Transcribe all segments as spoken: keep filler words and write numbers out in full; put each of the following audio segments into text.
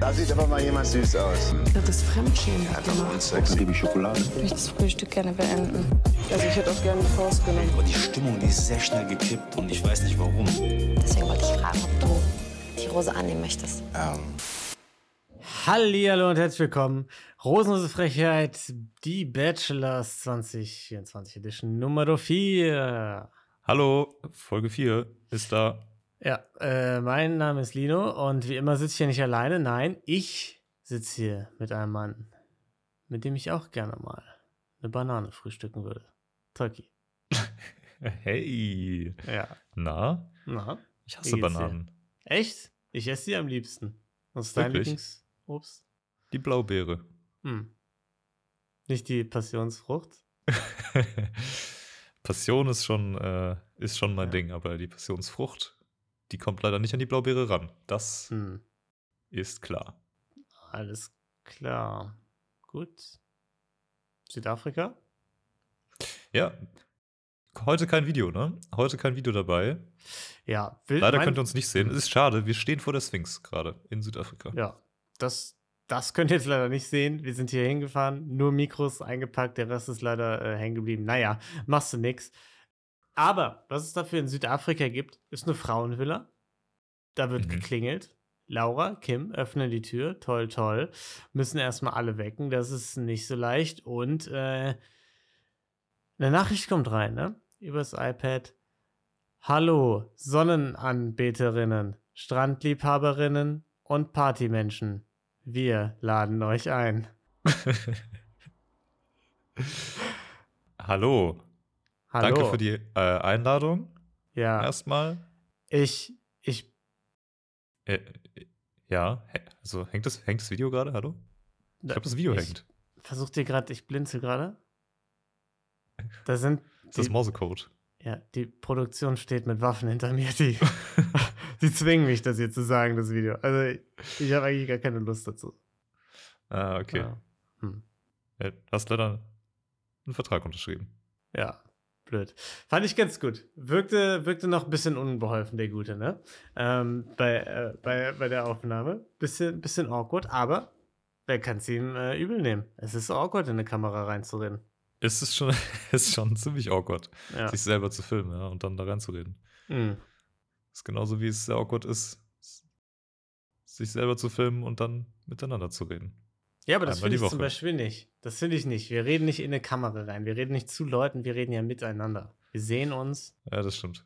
Da sieht aber mal jemand süß aus. Das ist Fremdschämen. Einfach so ein Sex. Liebe Schokolade. Ich möchte das Frühstück gerne beenden. Also ich hätte auch gerne eine Faust genommen. Aber die Stimmung, die ist sehr schnell gekippt und ich weiß nicht warum. Deswegen wollte ich fragen, ob du die Rose annehmen möchtest. Ähm. Hallihallo und herzlich willkommen. Rosenlose Frechheit, die Bachelors zwanzig vierundzwanzig Edition Nummer vier. Hallo, Folge vier ist da. Ja, äh, mein Name ist Lino und wie immer sitze ich hier nicht alleine. Nein, ich sitze hier mit einem Mann, mit dem ich auch gerne mal eine Banane frühstücken würde. Tolki. Hey. Ja. Na? Na? Ich hasse Bananen. Dir? Echt? Ich esse sie am liebsten. Was ist dein Lieblingsobst? Die Blaubeere. Hm. Nicht die Passionsfrucht? Passion ist schon, äh, ist schon mein Ja. Ding, aber die Passionsfrucht, die kommt leider nicht an die Blaubeere ran. Das Hm. ist klar. Alles klar. Gut. Südafrika? Ja. Heute kein Video, ne? Heute kein Video dabei. Ja. Will, Leider mein, könnt ihr uns nicht sehen. Es ist schade, wir stehen vor der Sphinx gerade in Südafrika. Ja, das, das könnt ihr jetzt leider nicht sehen. Wir sind hier hingefahren, nur Mikros eingepackt, der Rest ist leider äh, hängen geblieben. Naja, machst du nix. Aber was es dafür in Südafrika gibt, ist eine Frauenvilla. Da wird Mhm. geklingelt. Laura, Kim öffnen die Tür. Toll, toll. Müssen erstmal alle wecken. Das ist nicht so leicht. Und äh, eine Nachricht kommt rein, ne? Übers iPad. Hallo, Sonnenanbeterinnen, Strandliebhaberinnen und Partymenschen. Wir laden euch ein. Hallo. Hallo. Danke für die äh, Einladung. Ja, Erstmal. ich, ich, Äh, ja, hä- also hängt das, hängt das Video gerade? Hallo? Ich glaube, das Video ich hängt. versuch dir gerade, ich blinzel gerade. Da sind, Ist das die, Morsecode? ja, die Produktion steht mit Waffen hinter mir, die, die zwingen mich, das hier zu sagen, das Video. Also ich, ich habe eigentlich gar keine Lust dazu. Ah, okay. Ja. Hm. Ja, du hast leider einen Vertrag unterschrieben. Ja, blöd. Fand ich ganz gut. Wirkte, wirkte noch ein bisschen unbeholfen, der Gute, ne? Ähm, bei, äh, bei, bei der Aufnahme. Bisschen, bisschen awkward, aber wer kann es ihm äh, übel nehmen? Es ist awkward, in eine Kamera reinzureden. Es ist schon, ist schon ziemlich awkward, Ja. sich selber zu filmen, ja, und dann da reinzureden. Mhm. Ist genauso wie es sehr awkward ist, sich selber zu filmen und dann miteinander zu reden. Ja, aber das Einmal finde die ich zum Woche. Beispiel nicht. Das finde ich nicht. Wir reden nicht in eine Kamera rein. Wir reden nicht zu Leuten, wir reden ja miteinander. Wir sehen uns. Ja, das stimmt.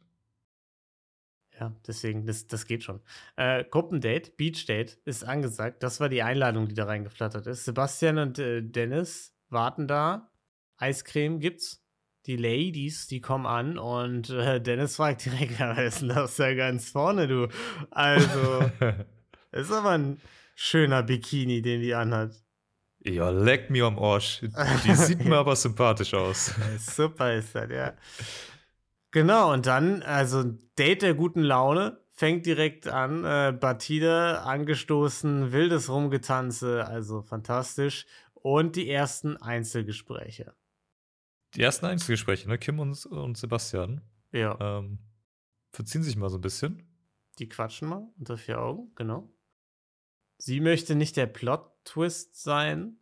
Ja, deswegen, das, das geht schon. Äh, Gruppendate, Beachdate ist angesagt. Das war die Einladung, die da reingeflattert ist. Sebastian und äh, Dennis warten da. Eiscreme gibt's. Die Ladies, die kommen an und äh, Dennis fragt direkt, ja, was ist denn das da ganz vorne, du? Also, das ist aber ein schöner Bikini, den die anhat. Ja, leck mir am Arsch. Die sieht mir aber sympathisch aus. Ja, super ist das, ja. Genau, und dann, also ein Date der guten Laune, fängt direkt an, äh, Batide angestoßen, wildes Rumgetanze, also fantastisch. Und die ersten Einzelgespräche. Die ersten Einzelgespräche, ne? Kim und, und Sebastian, Ja, ähm, verziehen sich mal so ein bisschen. die quatschen mal unter vier Augen, genau. Sie möchte nicht der Plot-Twist sein,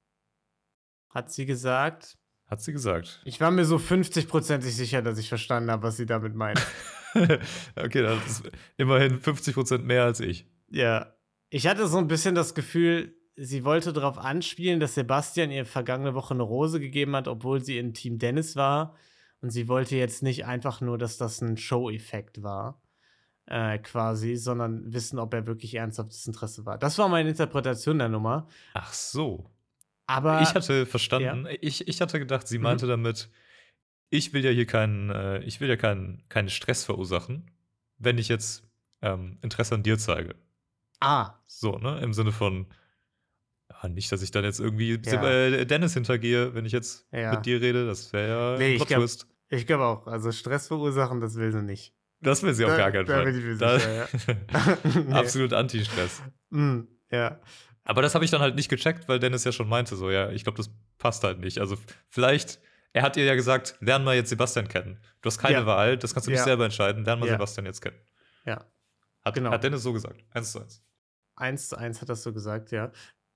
hat sie gesagt. Hat sie gesagt. Ich war mir so fünfzig-prozentig sicher, dass ich verstanden habe, was sie damit meint. Okay, das ist immerhin fünfzig Prozent mehr als ich. Ja, ich hatte so ein bisschen das Gefühl, sie wollte darauf anspielen, dass Sebastian ihr vergangene Woche eine Rose gegeben hat, obwohl sie in Team Dennis war. Und sie wollte jetzt nicht einfach nur, dass das ein Show-Effekt war, äh, quasi, sondern wissen, ob er wirklich ernsthaftes Interesse war. Das war meine Interpretation der Nummer. Ach so. Aber Ich hatte verstanden, ich, ich hatte gedacht, sie meinte damit, ich will ja hier keinen, äh, ich will ja keinen, keinen Stress verursachen, wenn ich jetzt ähm, Interesse an dir zeige. ah, So, ne? Im Sinne von, ja, nicht, dass ich dann jetzt irgendwie Ja. äh, Dennis hintergehe, wenn ich jetzt Ja. mit dir rede. Das wäre ja Nee, ein ich glaub- Plot-Twist. ich glaube auch. Also Stress verursachen, das will sie nicht. Das will sie auf Da- gar keinen da Fall. bin ich mir Da- sicher, Nee. Absolut Anti-Stress. Mm, ja. Aber das habe ich dann halt nicht gecheckt, weil Dennis ja schon meinte, so, ja, ich glaube, das passt halt nicht. Also vielleicht, er hat ihr ja gesagt, lern mal jetzt Sebastian kennen. Du hast keine Ja. Wahl, das kannst du nicht Ja. selber entscheiden, lern mal Ja. Sebastian jetzt kennen. Ja. Hat, Genau. hat Dennis so gesagt, eins zu eins. eins zu eins hat das so gesagt, ja.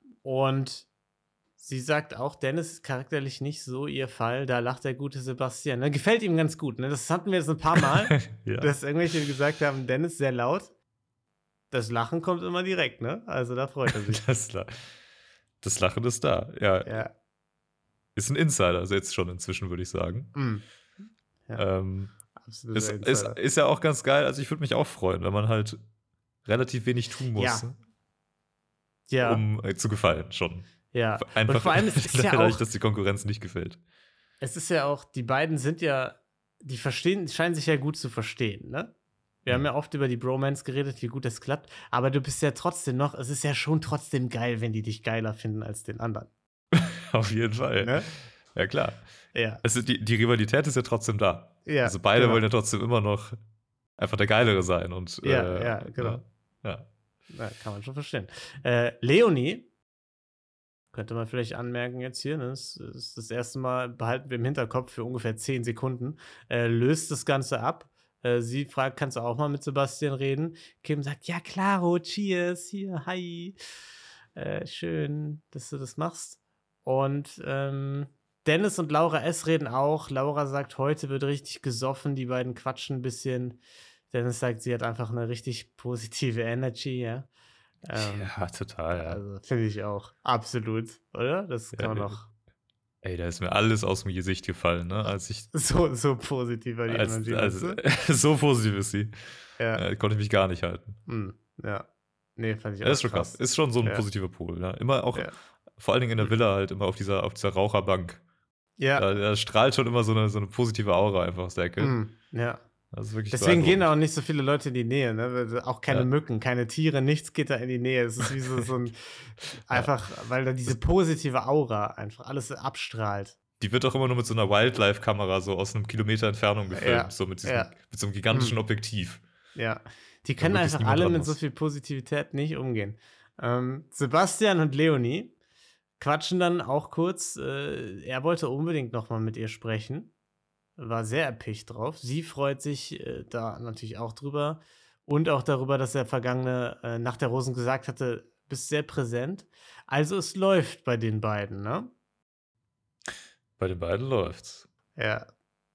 Und sie sagt auch, Dennis ist charakterlich nicht so ihr Fall, da lacht der gute Sebastian. Ne? Gefällt ihm ganz gut, ne? Das hatten wir jetzt ein paar Mal, Ja. dass irgendwelche gesagt haben, Dennis sehr laut. Das Lachen kommt immer direkt, ne? Also da freut er sich. Das, La- das Lachen ist da. Ja, Ja. ist ein Insider, also jetzt schon inzwischen, würde ich sagen. Mm. Ja. Ähm, Absolut. ist, ist, ist ja auch ganz geil. Also ich würde mich auch freuen, wenn man halt relativ wenig tun muss, Ja. Ja, um äh, zu gefallen schon. ja. Einfach Und vor allem, es ist ja dadurch, auch, dass die Konkurrenz nicht gefällt. es ist ja auch, die beiden sind ja, die verstehen, scheinen sich ja gut zu verstehen, ne? Wir Mhm. haben ja oft über die Bromance geredet, wie gut das klappt, aber du bist ja trotzdem noch, es ist ja schon trotzdem geil, wenn die dich geiler finden als den anderen. Auf jeden Fall. Ne? Ja, klar. Ja. Also die, die Rivalität ist ja trotzdem da. Ja, also beide genau. wollen ja trotzdem immer noch einfach der Geilere sein. Und, Ja, äh, ja, genau. Ja. Ja, kann man schon verstehen. Äh, Leonie, könnte man vielleicht anmerken jetzt hier, ne? Das ist das erste Mal, behalten wir im Hinterkopf für ungefähr zehn Sekunden, äh, löst das Ganze ab. Äh, sie fragt, kannst du auch mal mit Sebastian reden? Kim sagt, ja klaro, cheers, hier, hi. Äh, schön, dass du das machst. Und ähm, Dennis und Laura S. reden auch. Laura sagt, heute wird richtig gesoffen, die beiden quatschen ein bisschen. Dennis sagt, sie hat einfach eine richtig positive Energy, ja. Ähm, Ja, total, ja. Also finde ich auch. Absolut, oder? Das kann Ja, man nee. doch Ey, da ist mir alles aus dem Gesicht gefallen, ne? Als ich. so, so positiv bei die Als, Energy. als, weißt du? so positiv ist sie. Ja. Äh, konnte ich mich gar nicht halten. Hm, ja. Nee, fand ich auch Das ist schon krass. Ist schon so ein Ja. positiver Pol. Ne? Immer auch, Ja. vor allen Dingen in der Villa halt, immer auf dieser, auf dieser Raucherbank. Ja. Da, da strahlt schon immer so eine, so eine positive Aura einfach aus der Ecke. Hm, ja. Das ist wirklich Deswegen gehen beeindruckend. auch nicht so viele Leute in die Nähe, ne? Weil Auch keine Ja. Mücken, keine Tiere, nichts geht da in die Nähe. Es ist wie so, so ein einfach, weil da diese positive Aura einfach alles abstrahlt. Die wird auch immer nur mit so einer Wildlife-Kamera so aus einem Kilometer Entfernung gefilmt, Ja. so mit, diesem, Ja. mit so einem gigantischen Hm. Objektiv. Ja. Die können wirklich einfach niemand alle dran mit so muss. viel Positivität nicht umgehen. Ähm, Sebastian und Leonie quatschen dann auch kurz. Äh, er wollte unbedingt noch mal mit ihr sprechen. War sehr erpicht drauf. Sie freut sich äh, da natürlich auch drüber. Und auch darüber, dass er vergangene äh, Nacht der Rosen gesagt hatte, bist sehr präsent. Also es läuft bei den beiden, ne? Bei den beiden läuft's. Ja.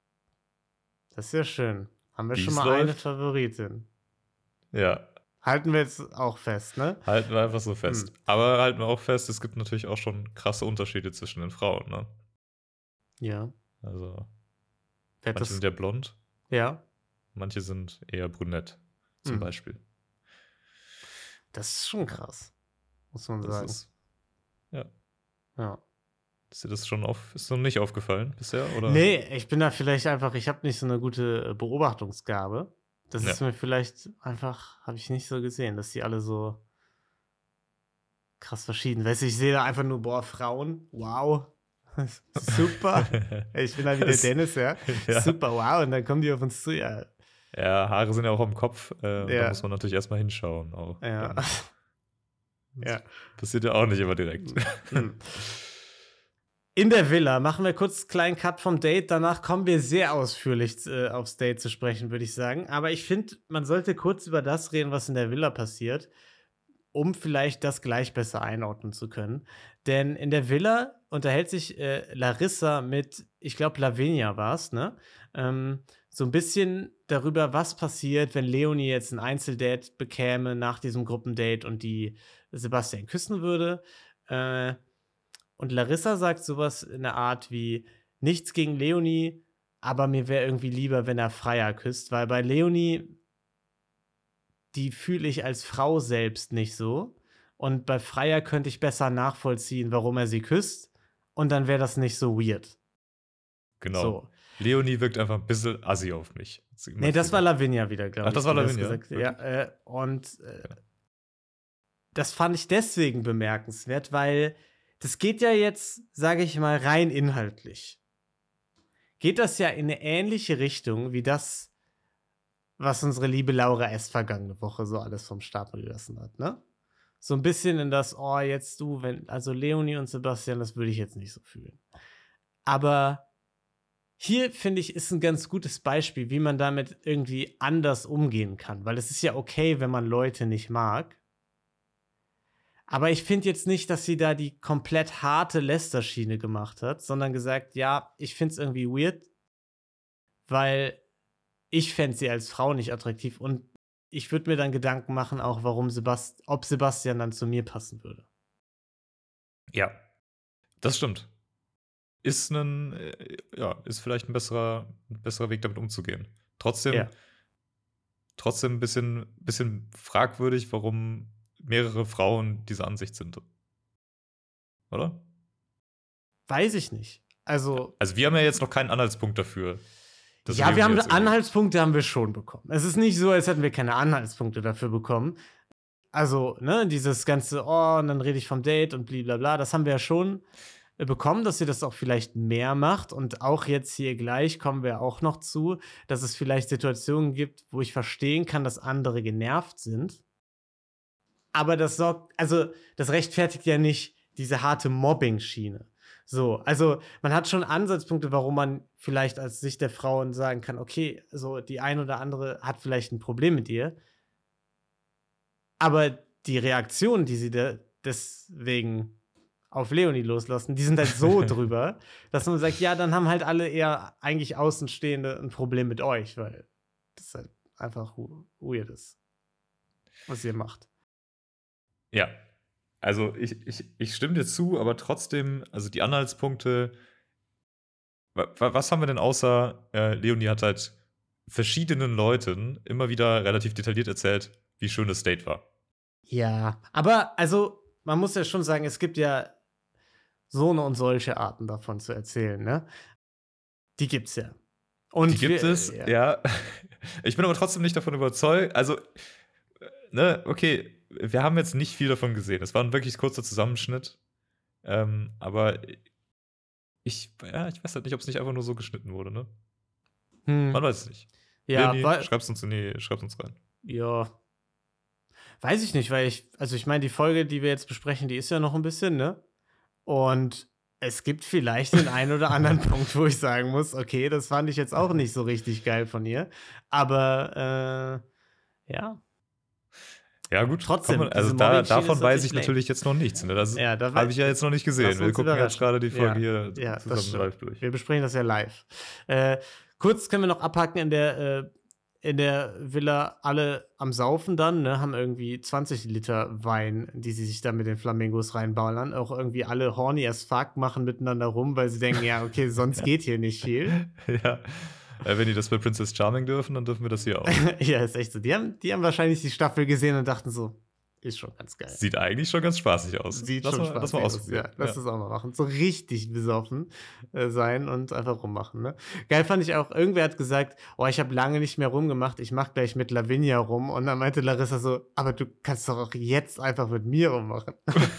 Das ist ja schön. Haben wir Wie's schon mal eine läuft? Favoritin. Ja, Halten wir jetzt auch fest, ne? halten wir einfach so fest. Hm. Aber halten wir auch fest, es gibt natürlich auch schon krasse Unterschiede zwischen den Frauen, ne? Ja. Also, Wer hat manche das? sind ja blond, Ja. manche sind eher brünett, zum Hm. Beispiel. Das ist schon krass. Muss man Das sagen. ist, ja. Ja. Ist dir das schon auf, ist noch nicht aufgefallen bisher? Oder? Nee, ich bin da vielleicht einfach, ich habe nicht so eine gute äh, Beobachtungsgabe. Das Ja. ist mir vielleicht einfach, habe ich nicht so gesehen, dass die alle so krass verschieden. Weißt du, ich sehe da einfach nur, boah, Frauen, wow, super. Ich bin da wieder Das- Dennis, ja. Ja. Super, wow. Und dann kommen die auf uns zu, ja. Ja, Haare sind ja auch am Kopf. Äh, Da Ja. muss man natürlich erstmal hinschauen. Auch. Ja. Dann ja. passiert ja auch nicht immer direkt. Hm. In der Villa machen wir kurz einen kleinen Cut vom Date. Danach kommen wir sehr ausführlich äh, aufs Date zu sprechen, würde ich sagen. Aber ich finde, man sollte kurz über das reden, was in der Villa passiert, um vielleicht das gleich besser einordnen zu können. Denn in der Villa unterhält sich äh, Larissa mit, ich glaube, Lavinia war es, ne? Ähm, so ein bisschen darüber, was passiert, wenn Leonie jetzt ein Einzeldate bekäme nach diesem Gruppendate und die Sebastian küssen würde. Äh, und Larissa sagt sowas in der Art wie, nichts gegen Leonie, aber mir wäre irgendwie lieber, wenn er Freier küsst, weil bei Leonie, die fühle ich als Frau selbst nicht so. Und bei Freier könnte ich besser nachvollziehen, warum er sie küsst. Und dann wäre das nicht so weird. Genau. So. Leonie wirkt einfach ein bisschen assi auf mich. Sie Nee, macht das sie- war Lavinia wieder, glaube Ach, ich. das war die Lavinia? gesagt- Ja, äh, und äh, das fand ich deswegen bemerkenswert, weil das geht ja jetzt, sage ich mal, rein inhaltlich. Geht das ja in eine ähnliche Richtung wie das, was unsere liebe Laura S. vergangene Woche so alles vom Stapel gelassen hat, ne? So ein bisschen in das, oh, jetzt du, wenn, also Leonie und Sebastian, das würde ich jetzt nicht so fühlen. Aber hier, finde ich, ist ein ganz gutes Beispiel, wie man damit irgendwie anders umgehen kann. Weil es ist ja okay, wenn man Leute nicht mag. Aber ich finde jetzt nicht, dass sie da die komplett harte Lester-Schiene gemacht hat, sondern gesagt, ja, ich finde es irgendwie weird, weil ich fände sie als Frau nicht attraktiv und ich würde mir dann Gedanken machen, auch warum Sebast ob Sebastian dann zu mir passen würde. Ja, das stimmt. Ist ein, äh, ja, ist vielleicht ein besserer, ein besserer Weg, damit umzugehen. Trotzdem, Ja. trotzdem ein bisschen, bisschen fragwürdig, warum mehrere Frauen dieser Ansicht sind. Oder? Weiß ich nicht. Also, Also wir haben ja jetzt noch keinen Anhaltspunkt dafür. dass ja, wir Leonie haben jetzt irgendwie- Anhaltspunkte haben wir schon bekommen. Es ist nicht so, als hätten wir keine Anhaltspunkte dafür bekommen. Also, ne, dieses ganze, oh, und dann rede ich vom Date und blablabla, das haben wir ja schon äh, bekommen, dass sie das auch vielleicht mehr macht. Und auch jetzt hier gleich kommen wir auch noch zu, dass es vielleicht Situationen gibt, wo ich verstehen kann, dass andere genervt sind. Aber das sorgt, also, das rechtfertigt ja nicht diese harte Mobbing-Schiene. So, also man hat schon Ansatzpunkte, warum man vielleicht als Sicht der Frauen sagen kann, okay, so die ein oder andere hat vielleicht ein Problem mit ihr. Aber die Reaktionen, die sie da deswegen auf Leonie loslassen, die sind halt so drüber, dass man sagt, ja, dann haben halt alle eher eigentlich Außenstehende ein Problem mit euch, weil das halt einfach hu- weird ist, was ihr macht. Ja, also ich, ich, ich stimme dir zu, aber trotzdem, also die Anhaltspunkte, wa- wa- was haben wir denn außer, äh, Leonie hat halt verschiedenen Leuten immer wieder relativ detailliert erzählt, wie schön das Date war. Ja, aber also man muss ja schon sagen, es gibt ja so eine und solche Arten davon zu erzählen, ne? Die gibt's ja. Und Die gibt wir- es, ja. Ich bin aber trotzdem nicht davon überzeugt. Also, äh, ne, okay, wir haben jetzt nicht viel davon gesehen. Es war ein wirklich kurzer Zusammenschnitt. Ähm, aber ich, ja, ich weiß halt nicht, ob es nicht einfach nur so geschnitten wurde, ne? Hm. Man weiß es nicht. Ja, Leonie, weil, schreib's uns, in die, schreib's uns rein. ja. Weiß ich nicht, weil ich, also ich meine, die Folge, die wir jetzt besprechen, die ist ja noch ein bisschen, ne? Und es gibt vielleicht den einen oder anderen Punkt, wo ich sagen muss, okay, das fand ich jetzt auch nicht so richtig geil von ihr. Aber, äh, ja. Ja, gut, Trotzdem, kann man, also diese da, Mobbing-Schiene davon ist weiß natürlich ich lame. natürlich jetzt noch nichts. Ne? Das Ja, da habe ich ja jetzt noch nicht gesehen. lass Wir uns gucken jetzt überraschen. gerade die Folge Ja, hier ja, das zusammen stimmt. live durch. Wir besprechen das ja live. Äh, kurz können wir noch abhaken in der, äh, in der Villa alle am Saufen dann, ne, haben irgendwie zwanzig Liter Wein, die sie sich da mit den Flamingos reinballern. Auch irgendwie alle horny as fuck machen miteinander rum, weil sie denken, ja, okay, sonst geht hier nicht viel. Ja. Äh, wenn die das bei Princess Charming dürfen, dann dürfen wir das hier auch. Ja, ist echt so. Die haben, die haben wahrscheinlich die Staffel gesehen und dachten so, ist schon ganz geil. Sieht eigentlich schon ganz spaßig aus. Sieht lass schon mal, lass spaßig mal aus. ausprobieren. Ja, lass Ja. das auch mal machen. So richtig besoffen äh, sein und einfach rummachen. Ne? Geil fand ich auch, irgendwer hat gesagt, oh, ich habe lange nicht mehr rumgemacht, ich mach gleich mit Lavinia rum. Und dann meinte Larissa so, aber du kannst doch auch jetzt einfach mit mir rummachen.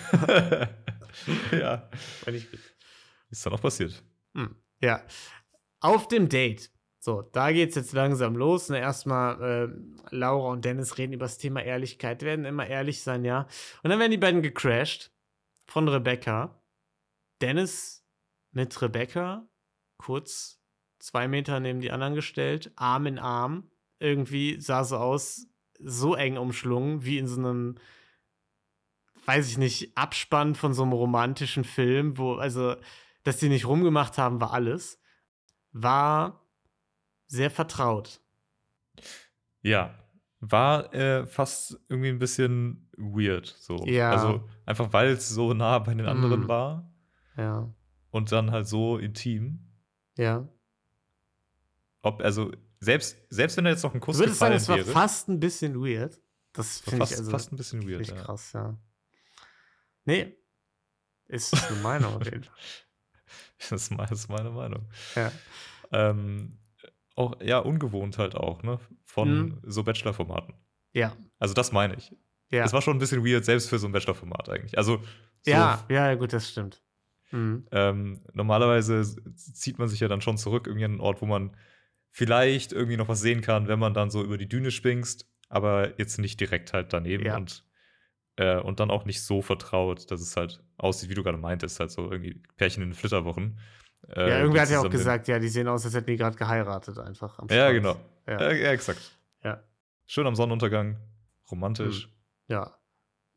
Ja. Fand ich gut. Ist dann auch passiert. Hm. Ja. Auf dem Date. So, da geht's jetzt langsam los. Ne? Erstmal, äh, Laura und Dennis reden über das Thema Ehrlichkeit, werden immer ehrlich sein, ja. Und dann werden die beiden gecrashed von Rebecca. Dennis mit Rebecca, kurz zwei Meter neben die anderen gestellt, Arm in Arm. Irgendwie sah so aus, so eng umschlungen, wie in so einem, weiß ich nicht, Abspann von so einem romantischen Film, wo, also, dass die nicht rumgemacht haben, war alles. War sehr vertraut. Ja. War äh, fast irgendwie ein bisschen weird. So. Ja. Also einfach, weil es so nah bei den anderen Mm. war Ja. und dann halt so intim. Ja. Ob, also, selbst, selbst wenn da jetzt noch ein Kuss Du würdest sagen, gefallen es war wäre, fast ein bisschen weird. Das war finde fast, ich also fast ein bisschen weird. richtig Ja. krass, ja. Nee. Ist eine Meinung auf jeden Fall. Das ist meine, das ist meine Meinung. Ja. Ähm, auch, ja, ungewohnt halt auch, ne? Von Mhm. so Bachelor-Formaten. Ja. Also, das meine ich. Ja. Es war schon ein bisschen weird, selbst für so ein Bachelor-Format eigentlich. Also, so, ja, ja, gut, das stimmt. Mhm. ähm, normalerweise s- zieht man sich ja dann schon zurück, irgendwie an einen Ort, wo man vielleicht irgendwie noch was sehen kann, wenn man dann so über die Düne schwingst, aber jetzt nicht direkt halt daneben Ja. und, äh, und dann auch nicht so vertraut, dass es halt aussieht, wie du gerade meintest, halt so irgendwie Pärchen in den Flitterwochen. Äh, Ja, die irgendwer hat ja auch zusammen den- gesagt, ja, die sehen aus, als hätten die gerade geheiratet einfach. Am Ja, Strand. genau. Ja. Ja, ja, exakt. Ja. Schön am Sonnenuntergang, romantisch. Ja.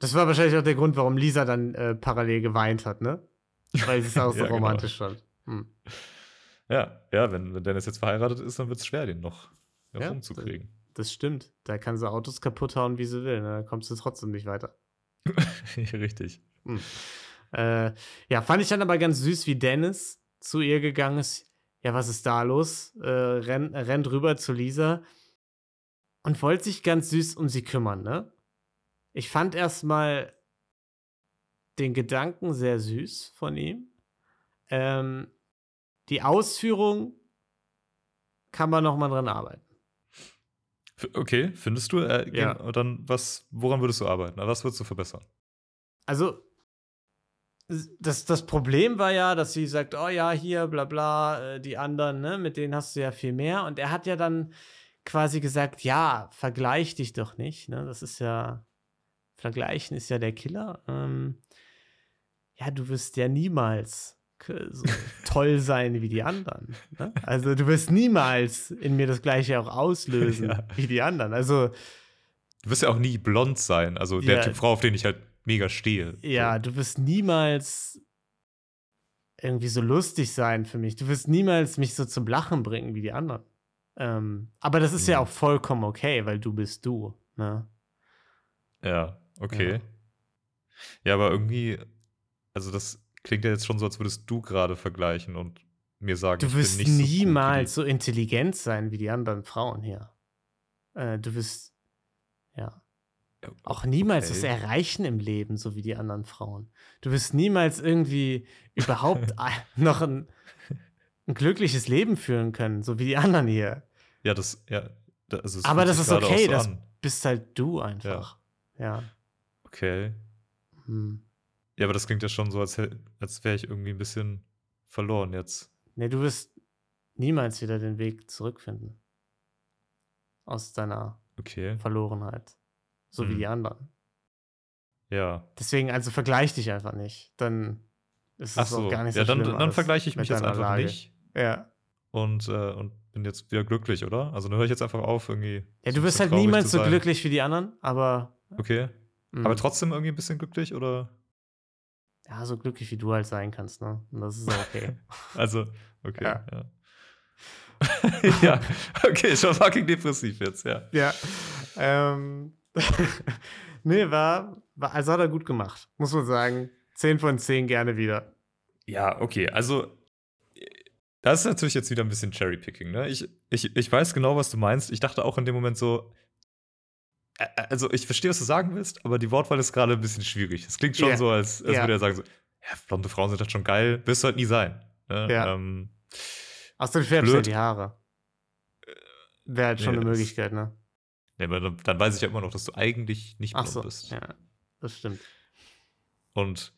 Das war wahrscheinlich auch der Grund, warum Lisa dann äh, parallel geweint hat, ne? Weil sie es auch so Ja, genau. romantisch fand. Hm. Ja, ja, wenn, wenn Dennis jetzt verheiratet ist, dann wird es schwer, den noch, noch Ja, rumzukriegen. Das stimmt. Da kann sie Autos kaputt hauen, wie sie will. Ne? Da kommst du trotzdem nicht weiter. Richtig. Hm. Äh, ja, fand ich dann aber ganz süß, wie Dennis zu ihr gegangen ist. Ja, was ist da los? Äh, rennt, rennt rüber zu Lisa und wollte sich ganz süß um sie kümmern, ne? Ich fand erstmal den Gedanken sehr süß von ihm. Ähm, die Ausführung kann man noch mal dran arbeiten. F- Okay, findest du? Äh, gehen- Ja. Und dann, was, woran würdest du arbeiten? Was würdest du verbessern? Also, das, das Problem war ja, dass sie sagt, oh ja, hier, bla bla, äh, die anderen, ne, mit denen hast du ja viel mehr. Und er hat ja dann quasi gesagt, ja, vergleich dich doch nicht, ne, das ist ja, vergleichen ist ja der Killer. Ähm, ja, du wirst ja niemals k- so toll sein wie die anderen. Ne? Also, du wirst niemals in mir das Gleiche auch auslösen Ja. wie die anderen. Also, Du wirst ja auch nie blond sein. Also der Ja. Typ Frau, auf den ich halt mega stehe. ja, du wirst niemals irgendwie so lustig sein für mich. Du wirst niemals mich so zum Lachen bringen wie die anderen. Ähm, aber das ist ja Mhm. auch vollkommen okay, weil du bist du. Ne? So. Ja, okay. Ja. Ja. aber irgendwie, also das klingt ja jetzt schon so, als würdest du gerade vergleichen und mir sagen, Du ich wirst bin nicht so gut wie niemals die. so intelligent sein wie die anderen Frauen hier. Äh, du wirst, ja, Ja, auch niemals okay. was erreichen im Leben, so wie die anderen Frauen. Du wirst niemals irgendwie überhaupt ein- noch ein, ein glückliches Leben führen können, so wie die anderen hier. Ja, das, ja. da- Also es Aber fühlt das sich ist gerade auch okay, so das an. bist halt du einfach. Ja. Okay. Hm. Ja, aber das klingt ja schon so, als, hä- als wäre ich irgendwie ein bisschen verloren jetzt. Nee, du wirst niemals wieder den Weg zurückfinden. Aus deiner Okay. Verlorenheit. So wie Hm. die anderen. Ja. Deswegen, also vergleich dich einfach nicht. Dann ist Ach es auch so. gar nicht so Ja, dann, schlimm. dann alles vergleiche ich mit mich jetzt deiner einfach Lage. nicht Ja. und, äh, und bin jetzt wieder glücklich, oder? Also dann höre ich jetzt einfach auf, irgendwie. Ja, so du ein wirst bisschen halt traurig niemals zu so sein. glücklich wie die anderen, aber. Okay. mh, Aber trotzdem irgendwie ein bisschen glücklich, oder? Ja, so glücklich wie du halt sein kannst, ne? Und das ist auch okay. Also, okay, Ja. ja. Ja, okay, schon fucking depressiv jetzt, ja. Ja. Ähm. nee, war, war. Also hat er gut gemacht, muss man sagen. zehn von zehn gerne wieder. Ja, okay, also das ist natürlich jetzt wieder ein bisschen Cherrypicking, ne? Ich, ich, ich weiß genau, was du meinst. Ich dachte auch in dem Moment so, äh, also ich verstehe, was du sagen willst, aber die Wortwahl ist gerade ein bisschen schwierig. Es klingt schon Ja. so, als, als Ja. würde er sagen so, ja, blonde Frauen sind halt schon geil, wirst du halt nie sein. Ne? Ja. Ähm, Außerdem färbst du Blöd. ja die Haare. Wäre halt schon nee, eine das- Möglichkeit, ne? nee, aber dann, dann weiß ich ja immer noch, dass du eigentlich nicht Ach blond so. bist. Ja, das stimmt. Und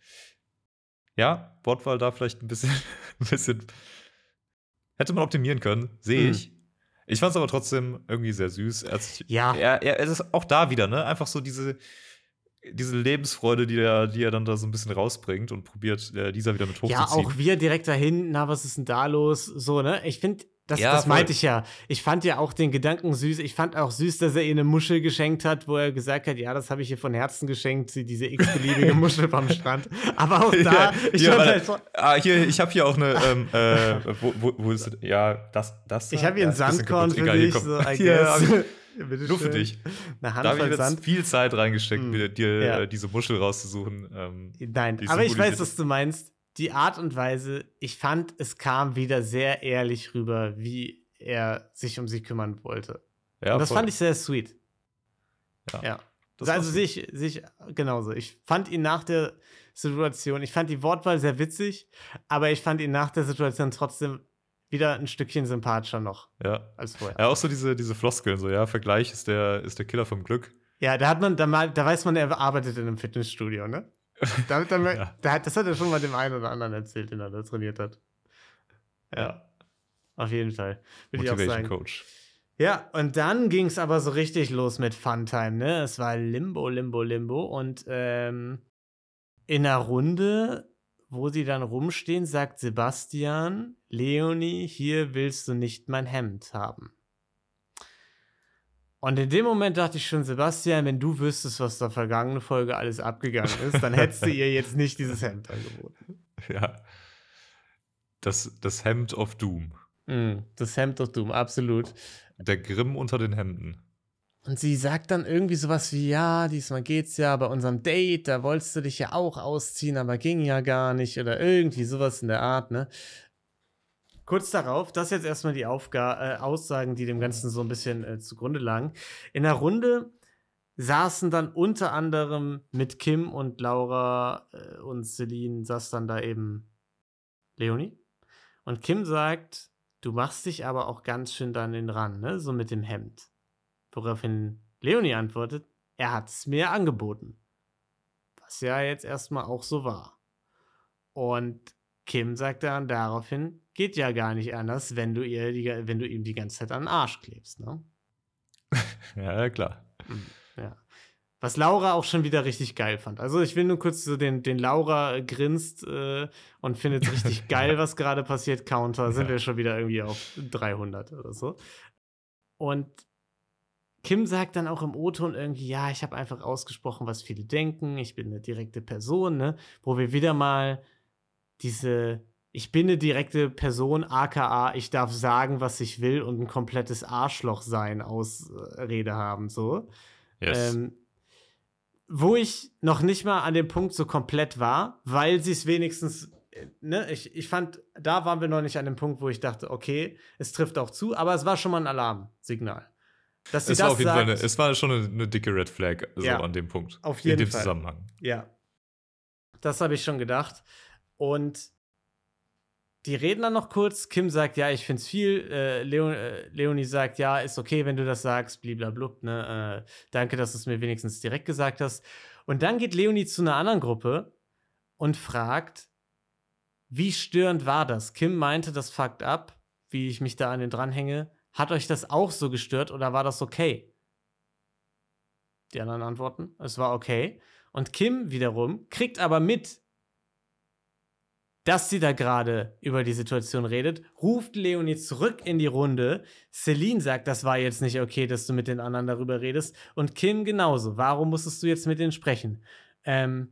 ja, Wortwahl da vielleicht ein bisschen, ein bisschen hätte man optimieren können, sehe Hm. ich. Ich fand es aber trotzdem irgendwie sehr süß. Er, hat sich- Ja. er, er es ist auch da wieder, ne? Einfach so diese, diese Lebensfreude, die er, die er dann da so ein bisschen rausbringt und probiert, äh, dieser wieder mit hochzuziehen. Ja, auch wir direkt dahin, na, was ist denn da los? So, ne? Ich finde, das, Ja, das voll. meinte ich ja. Ich fand ja auch den Gedanken süß. Ich fand auch süß, dass er ihr eine Muschel geschenkt hat, wo er gesagt hat, ja, das habe ich ihr von Herzen geschenkt, sie- diese x-beliebige Muschel vom Strand. Aber auch da, Ja, ich hier, fand warte. halt so, Ah, hier, ich habe hier auch eine, ähm, äh, wo, wo, wo ist, ja, das, das. ich da? habe hier Ja, einen ist ein bisschen Sandkorn kaputt. für Egal, hier, dich, komm. so, I Hier hab guess. ich, Bitte nur für schön. dich. Eine Da habe ich Handvoll jetzt Sand. viel Zeit reingesteckt, Mm. mir dir Ja. äh, diese Muschel rauszusuchen. Ähm, Nein, die aber ich weiß, symbolisiert- was du meinst. Die Art und Weise, ich fand, es kam wieder sehr ehrlich rüber, wie er sich um sie kümmern wollte. ja, und das voll. fand ich sehr sweet. Ja. Ja. Das war also so. sehe ich, sehe ich genauso. Ich fand ihn nach der Situation, ich fand die Wortwahl sehr witzig, aber ich fand ihn nach der Situation trotzdem wieder ein Stückchen sympathischer noch Ja. als vorher. Ja, auch so diese, diese Floskeln, so, ja, Vergleich ist der, ist der Killer vom Glück. Ja, da hat man, da, mal, da weiß man, er arbeitet in einem Fitnessstudio, ne? Da, da, Ja. da, hat- das hat er schon mal dem einen oder anderen erzählt, den er da trainiert hat. Ja, auf jeden Fall. Würde ich auch Motivation sagen. Coach. Ja, und dann ging es aber so richtig los mit Funtime, ne? Es war Limbo, Limbo, Limbo. Und ähm, in einer Runde, wo sie dann rumstehen, sagt Sebastian, Leonie, hier willst du nicht mein Hemd haben. Und in dem Moment dachte ich schon, Sebastian, wenn du wüsstest, was da vergangene Folge alles abgegangen ist, dann hättest du ihr jetzt nicht dieses Hemd angeboten. Ja. Das, das Hemd of Doom. Mm, das Hemd of Doom, absolut. Der Grimm unter den Hemden. Und sie sagt dann irgendwie sowas wie, ja, diesmal geht's ja bei unserem Date, da wolltest du dich ja auch ausziehen, aber ging ja gar nicht oder irgendwie sowas in der Art, ne? Kurz darauf, das jetzt erstmal die Aufga- äh, Aussagen, die dem Ganzen so ein bisschen äh, zugrunde lagen. In der Runde saßen dann unter anderem mit Kim und Laura äh, und Celine saß dann da eben Leonie. Und Kim sagt, du machst dich aber auch ganz schön dann in ran, ne? So mit dem Hemd. Woraufhin Leonie antwortet, er hat es mir angeboten. Was ja jetzt erstmal auch so war. Und Kim sagt dann daraufhin, geht ja gar nicht anders, wenn du, ihr die, wenn du ihm die ganze Zeit an den Arsch klebst, ne? Ja, klar. Ja. Was Laura auch schon wieder richtig geil fand. Also ich will nur kurz so den, den Laura äh, grinst äh, und findet es richtig geil, was gerade passiert. Counter, sind Ja. wir schon wieder irgendwie auf dreihundert oder so. Und Kim sagt dann auch im O-Ton irgendwie, ja, ich habe einfach ausgesprochen, was viele denken. Ich bin eine direkte Person, ne? Wo wir wieder mal diese, ich bin eine direkte Person, aka ich darf sagen, was ich will und ein komplettes Arschloch sein Ausrede haben, so. Yes. Ähm, wo ich noch nicht mal an dem Punkt so komplett war, weil sie es wenigstens, äh, ne, ich, ich fand, da waren wir noch nicht an dem Punkt, wo ich dachte, okay, es trifft auch zu, aber es war schon mal ein Alarmsignal. Dass sie es das war auf jeden sagt, Fall eine, es war schon eine, eine dicke Red Flag so Ja, an dem Punkt. auf jeden in dem Fall. Zusammenhang. Ja. Das habe ich schon gedacht. Und die reden dann noch kurz. Kim sagt, ja, ich find's viel. Äh, Leo, äh, Leonie sagt, ja, ist okay, wenn du das sagst, bliblablub, ne? Äh, danke, dass du es mir wenigstens direkt gesagt hast. Und dann geht Leonie zu einer anderen Gruppe und fragt, wie störend war das? Kim meinte, das fuckt ab, wie ich mich da an den dranhänge. Hat euch das auch so gestört oder war das okay? Die anderen antworten, es war okay. Und Kim wiederum kriegt aber mit, dass sie da gerade über die Situation redet, ruft Leonie zurück in die Runde. Celine sagt, das war jetzt nicht okay, dass du mit den anderen darüber redest. Und Kim genauso. Warum musstest du jetzt mit denen sprechen? Ähm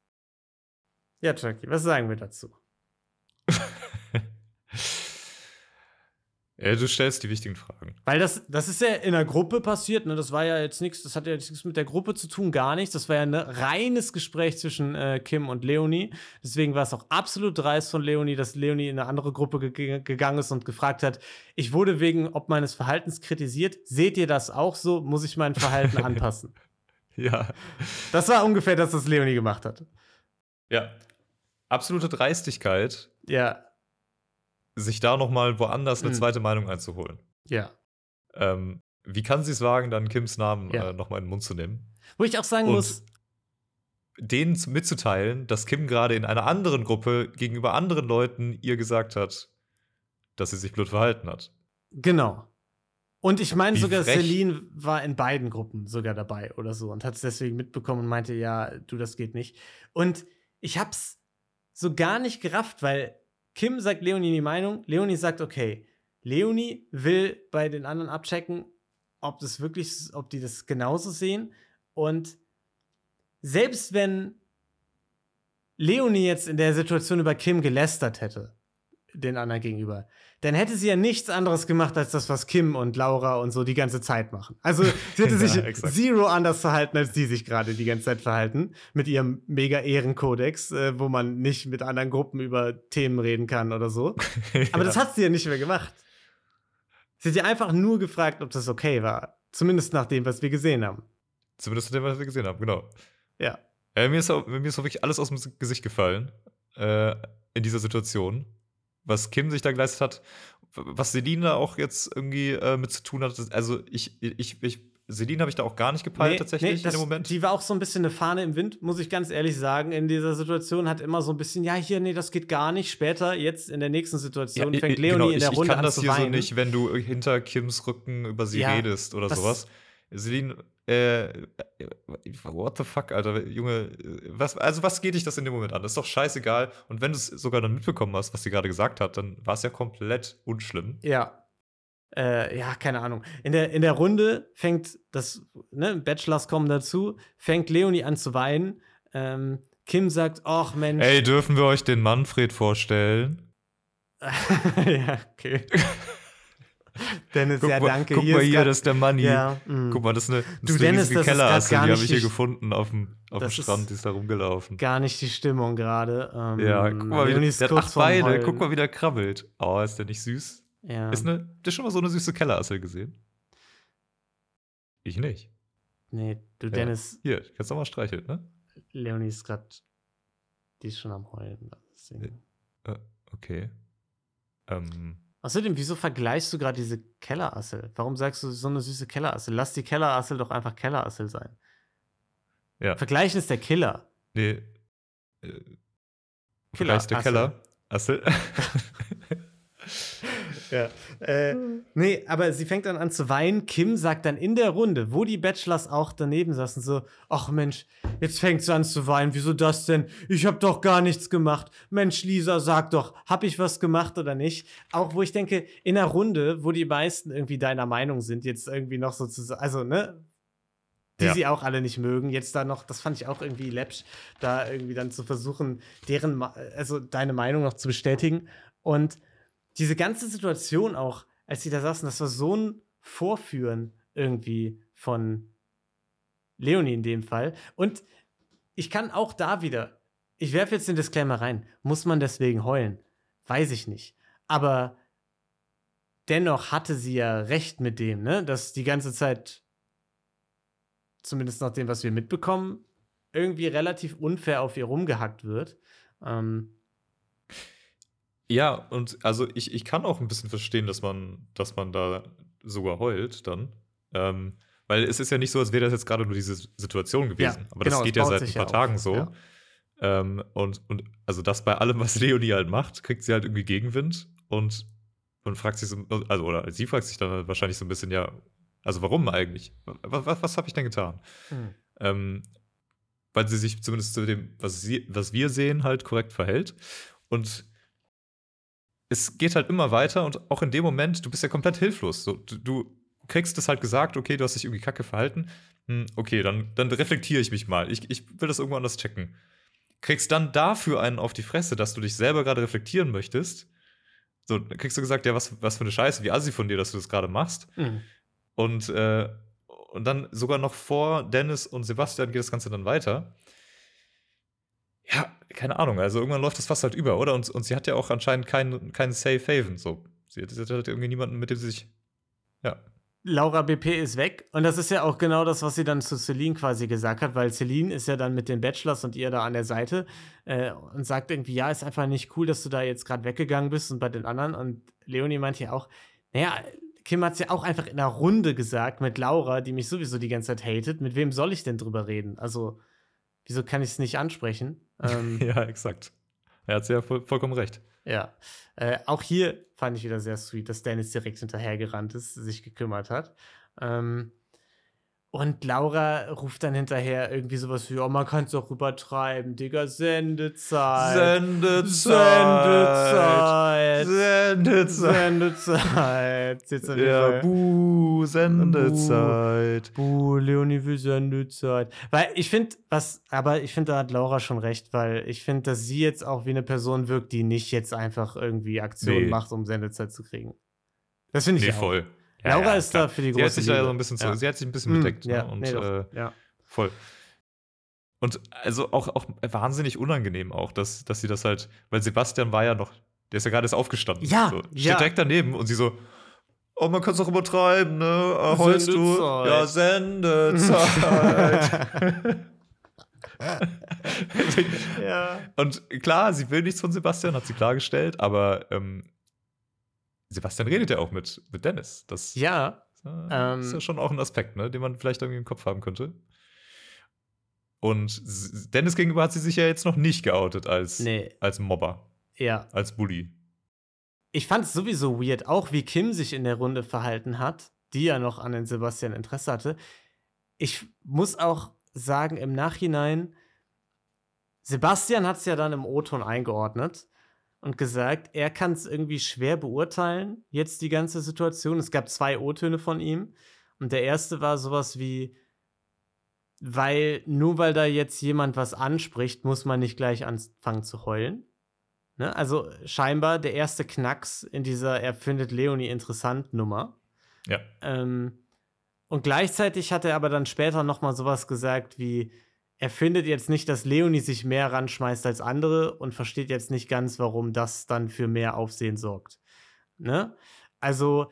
ja, Chucky, was sagen wir dazu? Ja, du stellst die wichtigen Fragen. Weil das, das ist ja in der Gruppe passiert, ne? Das war ja jetzt nichts, das hat ja jetzt nichts mit der Gruppe zu tun, gar nichts. Das war ja ein reines Gespräch zwischen äh, Kim und Leonie. Deswegen war es auch absolut dreist von Leonie, dass Leonie in eine andere Gruppe ge- gegangen ist und gefragt hat, ich wurde wegen ob meines Verhaltens kritisiert. Seht ihr das auch so? Muss ich mein Verhalten anpassen? Ja. Das war ungefähr das, was Leonie gemacht hat. Ja. Absolute Dreistigkeit, Ja, sich da nochmal woanders eine Mhm. zweite Meinung einzuholen. ja. Ähm, wie kann sie es wagen, dann Kims Namen Ja. äh, nochmal in den Mund zu nehmen? Wo ich auch sagen Und muss, denen zu- mitzuteilen, dass Kim gerade in einer anderen Gruppe gegenüber anderen Leuten ihr gesagt hat, dass sie sich blöd verhalten hat. genau. Und ich meine Wie sogar, frech. Celine war in beiden Gruppen sogar dabei oder so und hat es deswegen mitbekommen und meinte, ja, du, das geht nicht. Und ich hab's so gar nicht gerafft, weil Kim sagt Leonie die Meinung, Leonie sagt, okay, Leonie will bei den anderen abchecken, ob das wirklich, ob die das genauso sehen. Und selbst wenn Leonie jetzt in der Situation über Kim gelästert hätte, den anderen gegenüber, dann hätte sie ja nichts anderes gemacht, als das, was Kim und Laura und so die ganze Zeit machen. Also sie hätte Ja, sich exakt. zero anders verhalten, als die sich gerade die ganze Zeit verhalten, mit ihrem mega Ehrenkodex, äh, wo man nicht mit anderen Gruppen über Themen reden kann oder so. Aber das hat sie ja nicht mehr gemacht. Sie hat ja einfach nur gefragt, ob das okay war. Zumindest nach dem, was wir gesehen haben. Zumindest von dem, was wir gesehen haben, genau. Ja. Äh, mir, ist auch, mir ist auch wirklich alles aus dem Gesicht gefallen äh, in dieser Situation. Was Kim sich da geleistet hat, was Celine da auch jetzt irgendwie äh, mit zu tun hat. Das, also ich, ich, ich, Celine habe ich da auch gar nicht gepeilt Nee, tatsächlich nee, das, in dem Moment. Die war auch so ein bisschen eine Fahne im Wind, muss ich ganz ehrlich sagen. In dieser Situation hat immer so ein bisschen, ja, hier, nee, das geht gar nicht. Später, jetzt in der nächsten Situation, Ja, fängt äh, Leonie genau, in der ich, Runde ich kann an das zu hier weinen. so nicht, wenn du hinter Kims Rücken über sie Ja, redest oder was- sowas. Celine, äh, what the fuck, Alter, Junge, was, also was geht dich das in dem Moment an? Das ist doch scheißegal. Und wenn du es sogar dann mitbekommen hast, was sie gerade gesagt hat, dann war es ja komplett unschlimm. Ja. äh, ja, keine Ahnung. In der, in der Runde fängt das, ne, Bachelors kommen dazu, fängt Leonie an zu weinen. Ähm, Kim sagt, ach Mensch. Ey, dürfen wir euch den Manfred vorstellen? Ja, okay. Dennis, Guck ja, mal, danke. guck mal hier, grad, das ist der Manni. Ja, mm. Guck mal, das ist eine, das Du, ist eine Dennis, riesige das ist grad Kellerassel, gar die nicht habe ich hier die- gefunden auf dem, auf dem Das Strand, ist- die ist da rumgelaufen. Gar nicht die Stimmung gerade. Ähm, Ja, guck mal, wie, Leonie ist der hat kurz acht vorm Beine, Heulen. guck mal, wie der krabbelt. Oh, ist der nicht süß? Ja. Ist eine, hast du schon mal so eine süße Kellerassel gesehen? Ich nicht. Nee, du, Ja. Dennis, Hier, kannst du auch mal streicheln, ne? Leonie ist gerade, die ist schon am Heulen. Deswegen. Okay. Ähm, Außerdem, wieso vergleichst du gerade diese Kellerassel? Warum sagst du so eine süße Kellerassel? Lass die Kellerassel doch einfach Kellerassel sein. ja, Vergleichen ist der Killer. nee. Äh, Vielleicht der Kellerassel. Keller. Assel. Ja. Äh, nee, aber sie fängt dann an zu weinen. Kim sagt dann in der Runde, wo die Bachelors auch daneben saßen, so: Ach Mensch, jetzt fängt sie an zu weinen. Wieso das denn? Ich hab doch gar nichts gemacht. Mensch, Lisa, sag doch, hab ich was gemacht oder nicht? Auch wo ich denke, in der Runde, wo die meisten irgendwie deiner Meinung sind, jetzt irgendwie noch sozusagen, also, ne? Die Ja. sie auch alle nicht mögen. Jetzt da noch, das fand ich auch irgendwie läppsch, da irgendwie dann zu versuchen, deren, Ma- also deine Meinung noch zu bestätigen. Und diese ganze Situation auch, als sie da saßen, das war so ein Vorführen irgendwie von Leonie in dem Fall. Und ich kann auch da wieder, ich werfe jetzt den Disclaimer rein, muss man deswegen heulen? Weiß ich nicht. Aber dennoch hatte sie ja recht mit dem, ne, dass die ganze Zeit, zumindest nach dem, was wir mitbekommen, irgendwie relativ unfair auf ihr rumgehackt wird. Ähm, Ja, und also ich, ich kann auch ein bisschen verstehen, dass man, dass man da sogar heult dann. Ähm, weil es ist ja nicht so, als wäre das jetzt gerade nur diese Situation gewesen. Ja, Aber genau, das es geht ja baut seit sich ein ja paar auf, Tagen so. ja. Ähm, und, und also das bei allem, was Leonie halt macht, kriegt sie halt irgendwie Gegenwind und, und fragt sich so, also oder sie fragt sich dann halt wahrscheinlich so ein bisschen, ja, also warum eigentlich? Was, was, was habe ich denn getan? Hm. Ähm, weil sie sich zumindest zu dem, was, sie, was wir sehen, halt korrekt verhält. Und es geht halt immer weiter und auch in dem Moment, du bist ja komplett hilflos. So, du, du kriegst es halt gesagt, okay, du hast dich irgendwie kacke verhalten. Hm, okay, dann, dann reflektiere ich mich mal. Ich, ich will das irgendwo anders checken. Kriegst dann dafür einen auf die Fresse, dass du dich selber gerade reflektieren möchtest. So, dann kriegst du gesagt, ja, was, was für eine Scheiße, wie assi von dir, dass du das gerade machst. Mhm. Und, äh, und dann sogar noch vor Dennis und Sebastian geht das Ganze dann weiter. Ja, keine Ahnung, also irgendwann läuft das fast halt über, oder? Und, und sie hat ja auch anscheinend keinen keinen Safe Haven, so. Sie hat, sie hat halt irgendwie niemanden, mit dem sie sich, ja. Laura B P ist weg. Und das ist ja auch genau das, was sie dann zu Celine quasi gesagt hat, weil Celine ist ja dann mit den Bachelors und ihr da an der Seite äh, und sagt irgendwie, ja, ist einfach nicht cool, dass du da jetzt gerade weggegangen bist und bei den anderen. Und Leonie meint ja auch, naja, Kim hat es ja auch einfach in einer Runde gesagt mit Laura, die mich sowieso die ganze Zeit hatet. Mit wem soll ich denn drüber reden? Also, wieso kann ich es nicht ansprechen? Ähm, Ja, exakt. Er hat ja voll, vollkommen recht. Ja, äh, auch hier fand ich wieder sehr sweet, dass Dennis direkt hinterhergerannt ist, sich gekümmert hat. Ähm, und Laura ruft dann hinterher irgendwie sowas wie, oh, man kann es doch übertreiben, Digga, Sendezeit. Sendezeit. Sendezeit. Sendezeit. Jetzt auf jeden Ja, Fall. buh, Sendezeit. Buh, Leonie will Sendezeit. Weil ich finde, was, aber ich finde, da hat Laura schon recht, weil ich finde, dass sie jetzt auch wie eine Person wirkt, die nicht jetzt einfach irgendwie Aktionen Nee. macht, um Sendezeit zu kriegen. Das finde ich Nee, auch. voll. Laura ist klar. da für die Sie hat große sich da Liebe. so ein bisschen, zu, Ja. sie hat sich ein bisschen Mm, bedeckt. ja, ne? Und nee, doch. äh, ja. voll. Und also auch, auch wahnsinnig unangenehm auch, dass, dass sie das halt, weil Sebastian war ja noch, der ist ja gerade erst aufgestanden. Ja, so, steht ja. direkt daneben und sie so, oh, man kann es doch übertreiben, ne? Äh, Heulst du? Sendezeit. Ja, Sendezeit. Ja. Und klar, sie will nichts von Sebastian, hat sie klargestellt, aber ähm, Sebastian redet ja auch mit, mit Dennis. Das Ja, äh, ähm, ist ja schon auch ein Aspekt, ne, den man vielleicht irgendwie im Kopf haben könnte. Und S- Dennis gegenüber hat sie sich ja jetzt noch nicht geoutet als, nee, als Mobber, ja. als Bully. Ich fand es sowieso weird, auch wie Kim sich in der Runde verhalten hat, die ja noch an den Sebastian Interesse hatte. Ich muss auch sagen, im Nachhinein, Sebastian hat es ja dann im O-Ton eingeordnet. und gesagt, er kann es irgendwie schwer beurteilen, jetzt die ganze Situation. Es gab zwei O-Töne von ihm. Und der erste war sowas wie, weil nur weil da jetzt jemand was anspricht, muss man nicht gleich anfangen zu heulen. Ne? Also scheinbar der erste Knacks in dieser Er findet Leonie interessant Nummer. Ja. Ähm, und gleichzeitig hat er aber dann später noch mal sowas gesagt wie, er findet jetzt nicht, dass Leonie sich mehr ranschmeißt als andere und versteht jetzt nicht ganz, warum das dann für mehr Aufsehen sorgt. Ne? Also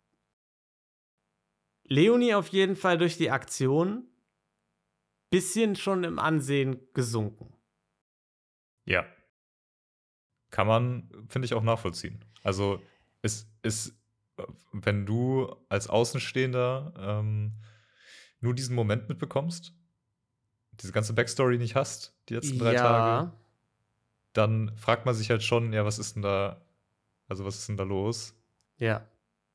Leonie auf jeden Fall durch die Aktion bisschen schon im Ansehen gesunken. Ja. Kann man, finde ich, auch nachvollziehen. Also es ist, wenn du als Außenstehender ähm, nur diesen Moment mitbekommst, diese ganze Backstory nicht hast, die letzten drei Ja. Tage, dann fragt man sich halt schon, ja, was ist denn da, also was ist denn da los? Ja.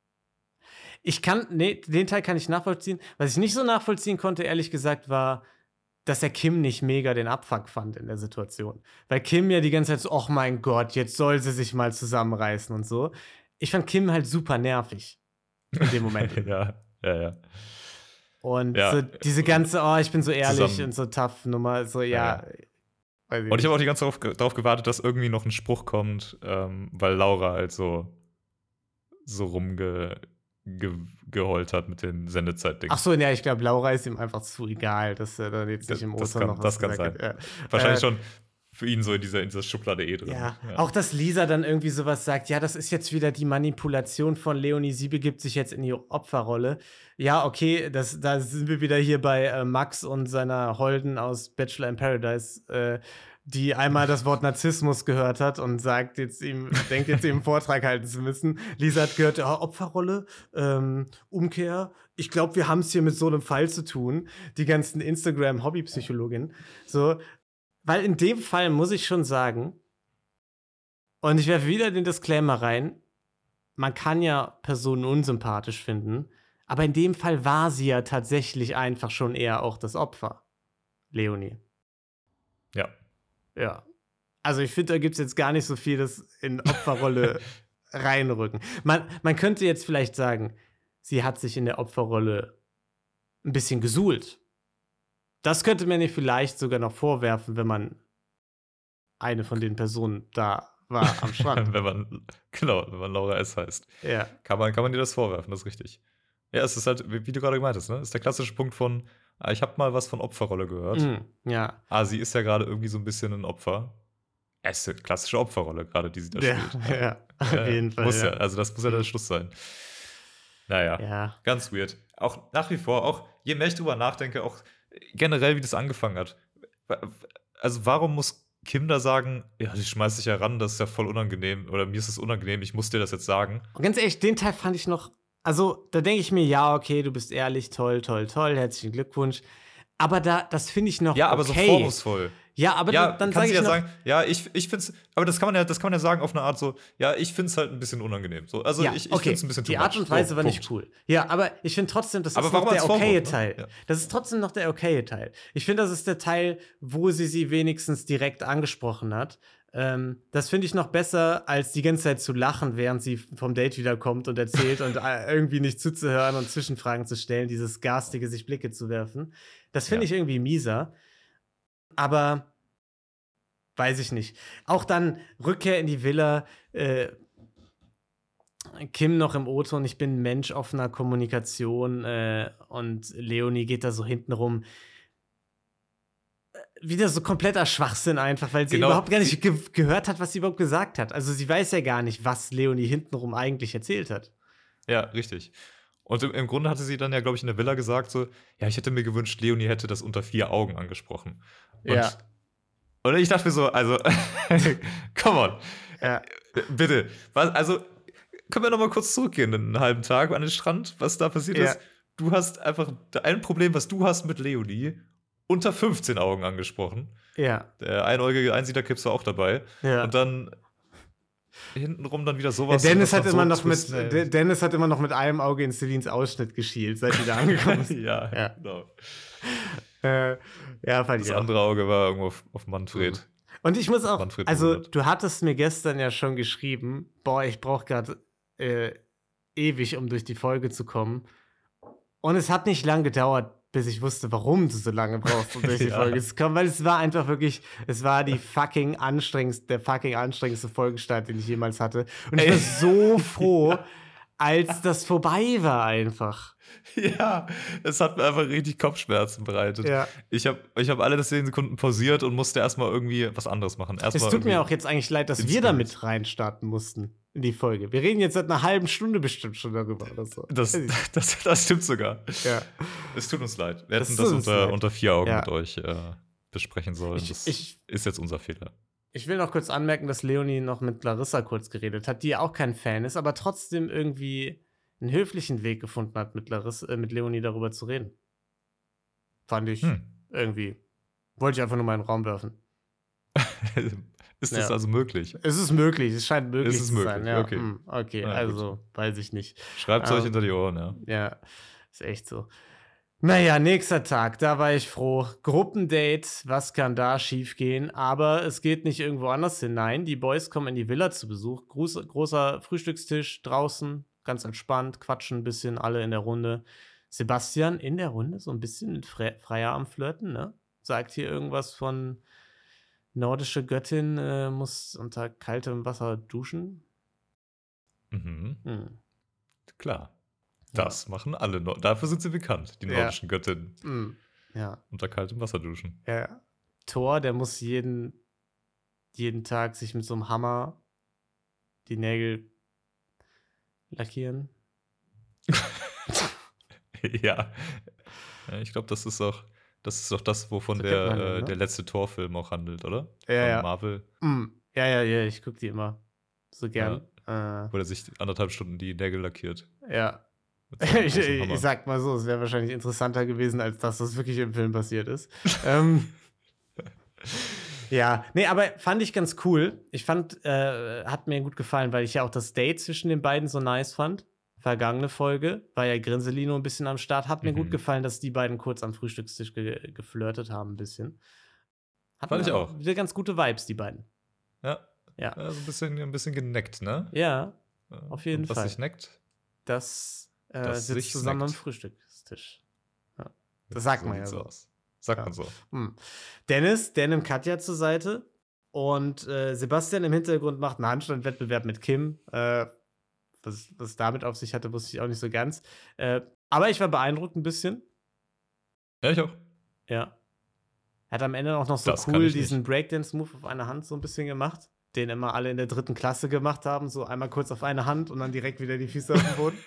Ich kann, nee, den Teil kann ich nachvollziehen. Was ich nicht so nachvollziehen konnte, ehrlich gesagt, war, dass er Kim nicht mega den Abfuck fand in der Situation. Weil Kim ja die ganze Zeit so, ach mein Gott, jetzt soll sie sich mal zusammenreißen und so. Ich fand Kim halt super nervig in dem Moment. ja, ja, ja. Und Ja. so diese ganze, oh, ich bin so ehrlich Zusammen. und so tough Nummer, so, ja. Ja. Und ich habe auch die ganze Zeit darauf, darauf gewartet, dass irgendwie noch ein Spruch kommt, ähm, weil Laura halt so, so rumge ge, geheult hat mit den Sendezeitdingen. Ach so, ja, ich glaube, Laura ist ihm einfach zu egal, dass er dann jetzt nicht im Das Oster kann- noch das kann gesagt hat. Ja. Wahrscheinlich äh, schon für ihn so in dieser, in dieser Schublade eh drin. Ja. Auch dass Lisa dann irgendwie sowas sagt, ja, das ist jetzt wieder die Manipulation von Leonie, sie begibt sich jetzt in die Opferrolle. Ja, okay, das, da sind wir wieder hier bei äh, Max und seiner Holden aus Bachelor in Paradise, äh, die einmal das Wort Narzissmus gehört hat und sagt jetzt ihm, denkt jetzt ihm einen Vortrag halten zu müssen. Lisa hat gehört, ja, Opferrolle, ähm, Umkehr. Ich glaube, wir haben es hier mit so einem Fall zu tun. Die ganzen Instagram-Hobbypsychologinnen. So, weil in dem Fall muss ich schon sagen, und ich werfe wieder den Disclaimer rein, man kann ja Personen unsympathisch finden, aber in dem Fall war sie ja tatsächlich einfach schon eher auch das Opfer, Leonie. Ja. Ja. Also ich finde, da gibt es jetzt gar nicht so viel, das in Opferrolle reinrücken. Man, man könnte jetzt vielleicht sagen, sie hat sich in der Opferrolle ein bisschen gesuhlt. Das könnte man ihr vielleicht sogar noch vorwerfen, wenn man eine von den Personen da war am Strand. wenn man, genau, wenn man Laura S. heißt. Ja. Kann man, kann man dir das vorwerfen, das ist richtig. Ja, es ist halt, wie, wie du gerade gemeint hast, ne? Das ist der klassische Punkt von, ah, ich habe mal was von Opferrolle gehört. Mhm, ja. Ah, sie ist ja gerade irgendwie so ein bisschen ein Opfer. Es ist eine klassische Opferrolle, gerade die sie da Ja, spielt. ja, auf Äh, jeden Fall. Muss ja. ja. also das muss ja der Schluss sein. Naja, Ja. ganz weird. Auch nach wie vor, auch je mehr ich drüber nachdenke, auch generell, wie das angefangen hat. Also warum muss Kim da sagen, ja, die schmeißt sich ja ran, das ist ja voll unangenehm, oder mir ist es unangenehm, ich muss dir das jetzt sagen. Und ganz ehrlich, den Teil fand ich noch, also da denke ich mir, ja, okay, du bist ehrlich, toll, toll, toll, herzlichen Glückwunsch. Aber da, das finde ich noch Ja, aber okay. so vorwurfsvoll. Ja, aber ja, dann, dann kann sage sie ich ja noch, sagen, ja, ich, ich finde es, aber das kann man ja, das kann man ja sagen auf eine Art so, ja, ich finde es halt ein bisschen unangenehm. So, also ja, ich, ich okay, finde es ein bisschen too die Art much. und Weise So, war Punkt. nicht cool. Ja, aber ich finde trotzdem, das Aber ist noch warum der als Vorwurf, okaye ne? Teil. Ja. Das ist trotzdem noch der okaye Teil. Ich finde, das ist der Teil, wo sie sie wenigstens direkt angesprochen hat. Ähm, das finde ich noch besser, als die ganze Zeit zu lachen, während sie vom Date wiederkommt und erzählt und äh, irgendwie nicht zuzuhören und Zwischenfragen zu stellen, dieses garstige sich Blicke zu werfen. Das finde Ja. ich irgendwie mieser. Aber weiß ich nicht. Auch dann Rückkehr in die Villa, äh, Kim noch im O-Ton, ich bin ein Mensch offener Kommunikation äh, und Leonie geht da so hinten rum. Äh, Wieder so kompletter Schwachsinn einfach, weil sie Genau. überhaupt gar nicht ge gehört hat, was sie überhaupt gesagt hat. Also sie weiß ja gar nicht, was Leonie hintenrum eigentlich erzählt hat. Ja, richtig. Und im, im Grunde hatte sie dann ja, glaube ich, in der Villa gesagt so, ja, ich hätte mir gewünscht, Leonie hätte das unter vier Augen angesprochen. Und, Ja. und ich dachte mir so, also, come on. Ja. Bitte. Was, also, können wir noch mal kurz zurückgehen, einen halben Tag an den Strand, was da passiert Ja. ist? Du hast einfach ein Problem, was du hast mit Leonie, unter fünfzehn Augen angesprochen. Ja. Der einäugige Einsiedlerkips war auch dabei. Ja. Und dann hintenrum dann wieder Ja, sowas. Dennis, was hat dann immer so noch mit, twisten, ey. De- Dennis hat immer noch mit einem Auge in Celines Ausschnitt geschielt, seit die da angekommen ist. ja, Ja. genau. äh, ja, fand Das ich auch. andere Auge war irgendwo auf, auf Manfred. Und ich muss auch, Manfred also bewundert. du hattest mir gestern ja schon geschrieben, boah, ich brauche gerade äh, ewig, um durch die Folge zu kommen. Und es hat nicht lang gedauert, bis ich wusste, warum du so lange brauchst, um durch die Ja. Folge zu kommen, weil es war einfach wirklich, es war die fucking anstrengendste, der fucking anstrengendste Folgestart, den ich jemals hatte. Und ich war Ey. so froh, als das vorbei war einfach. Ja, es hat mir einfach richtig Kopfschmerzen bereitet. Ja. Ich habe ich hab alle zehn Sekunden pausiert und musste erstmal irgendwie was anderes machen. Erst Es mal tut mir irgendwie- auch jetzt eigentlich leid, dass ins wir Bild. damit reinstarten mussten in die Folge. Wir reden jetzt seit einer halben Stunde bestimmt schon darüber oder so. Das, Weiß ich. das, das stimmt sogar. Ja. Es tut uns leid. Wir Das hätten tut das uns unter, leid. unter vier Augen Ja. mit euch äh, besprechen sollen. Ich- Das ich- ist jetzt unser Fehler. Ich will noch kurz anmerken, dass Leonie noch mit Larissa kurz geredet hat, die ja auch kein Fan ist, aber trotzdem irgendwie einen höflichen Weg gefunden hat, mit, Larissa, äh, mit Leonie darüber zu reden. Fand ich Hm. irgendwie. Wollte ich einfach nur mal in den Raum werfen. Ist das Ja. also möglich? Es ist möglich, es scheint möglich Es ist zu möglich, sein. Ja. okay. hm, okay, Na, also weiß ich nicht. Schreibt es Ähm, euch hinter die Ohren, ja. Ja, ist echt so. Naja, nächster Tag, da war ich froh. Gruppendate, was kann da schiefgehen? Aber es geht nicht irgendwo anders hin. Nein, die Boys kommen in die Villa zu Besuch. Groß, großer Frühstückstisch draußen, ganz entspannt, quatschen ein bisschen, alle in der Runde. Sebastian in der Runde, so ein bisschen mit Fre Freier am Flirten, ne? Sagt hier irgendwas von nordische Göttin äh, muss unter kaltem Wasser duschen. Mhm. Hm. Klar. Das machen alle. Nord Dafür sind sie bekannt, die Ja. nordischen Göttinnen. Hm. Ja. Unter kaltem Wasser duschen. Ja. Thor, der muss jeden, jeden Tag sich mit so einem Hammer die Nägel lackieren. ja. ja. Ich glaube, das ist auch das ist doch das, wovon So der, kennt man den, äh, ne? der letzte Torfilm auch handelt, oder? Ja, Von ja. Marvel, Mm. Ja, ja, ja, ich gucke die immer so gern. Ja. wo er sich anderthalb Stunden die Nägel lackiert. Äh, ja. Mit so einem Ich, großen ich, Hammer. ich sag mal so, es wäre wahrscheinlich interessanter gewesen, als das, was wirklich im Film passiert ist. ähm, ja, nee, aber fand ich ganz cool. Ich fand, äh, hat mir gut gefallen, weil ich ja auch das Date zwischen den beiden so nice fand. Vergangene Folge war ja Grinselino ein bisschen am Start. Hat mir Mhm. gut gefallen, dass die beiden kurz am Frühstückstisch ge geflirtet haben, ein bisschen. Hatten Fand ich auch. Wieder ganz gute Vibes, die beiden. Ja. Ja. ja so ein bisschen, ein bisschen geneckt, ne? Ja, Ja. auf jeden Und was Fall. sich neckt, das, äh, Das sitzt sich zusammen am snackt. Frühstückstisch. Ja. Das sagt man ja sieht's so. aus. Sagt Ja. man so. Hm. Dennis, der nimmt Katja zur Seite und äh, Sebastian im Hintergrund macht einen Handstandwettbewerb mit Kim. Äh, was, was damit auf sich hatte, wusste ich auch nicht so ganz. Äh, aber ich war beeindruckt ein bisschen. Ja, ich auch. Ja. Er hat am Ende auch noch so Das kann cool ich nicht. diesen Breakdance-Move auf einer Hand so ein bisschen gemacht, den immer alle in der dritten Klasse gemacht haben. So einmal kurz auf eine Hand und dann direkt wieder die Füße auf den Boden.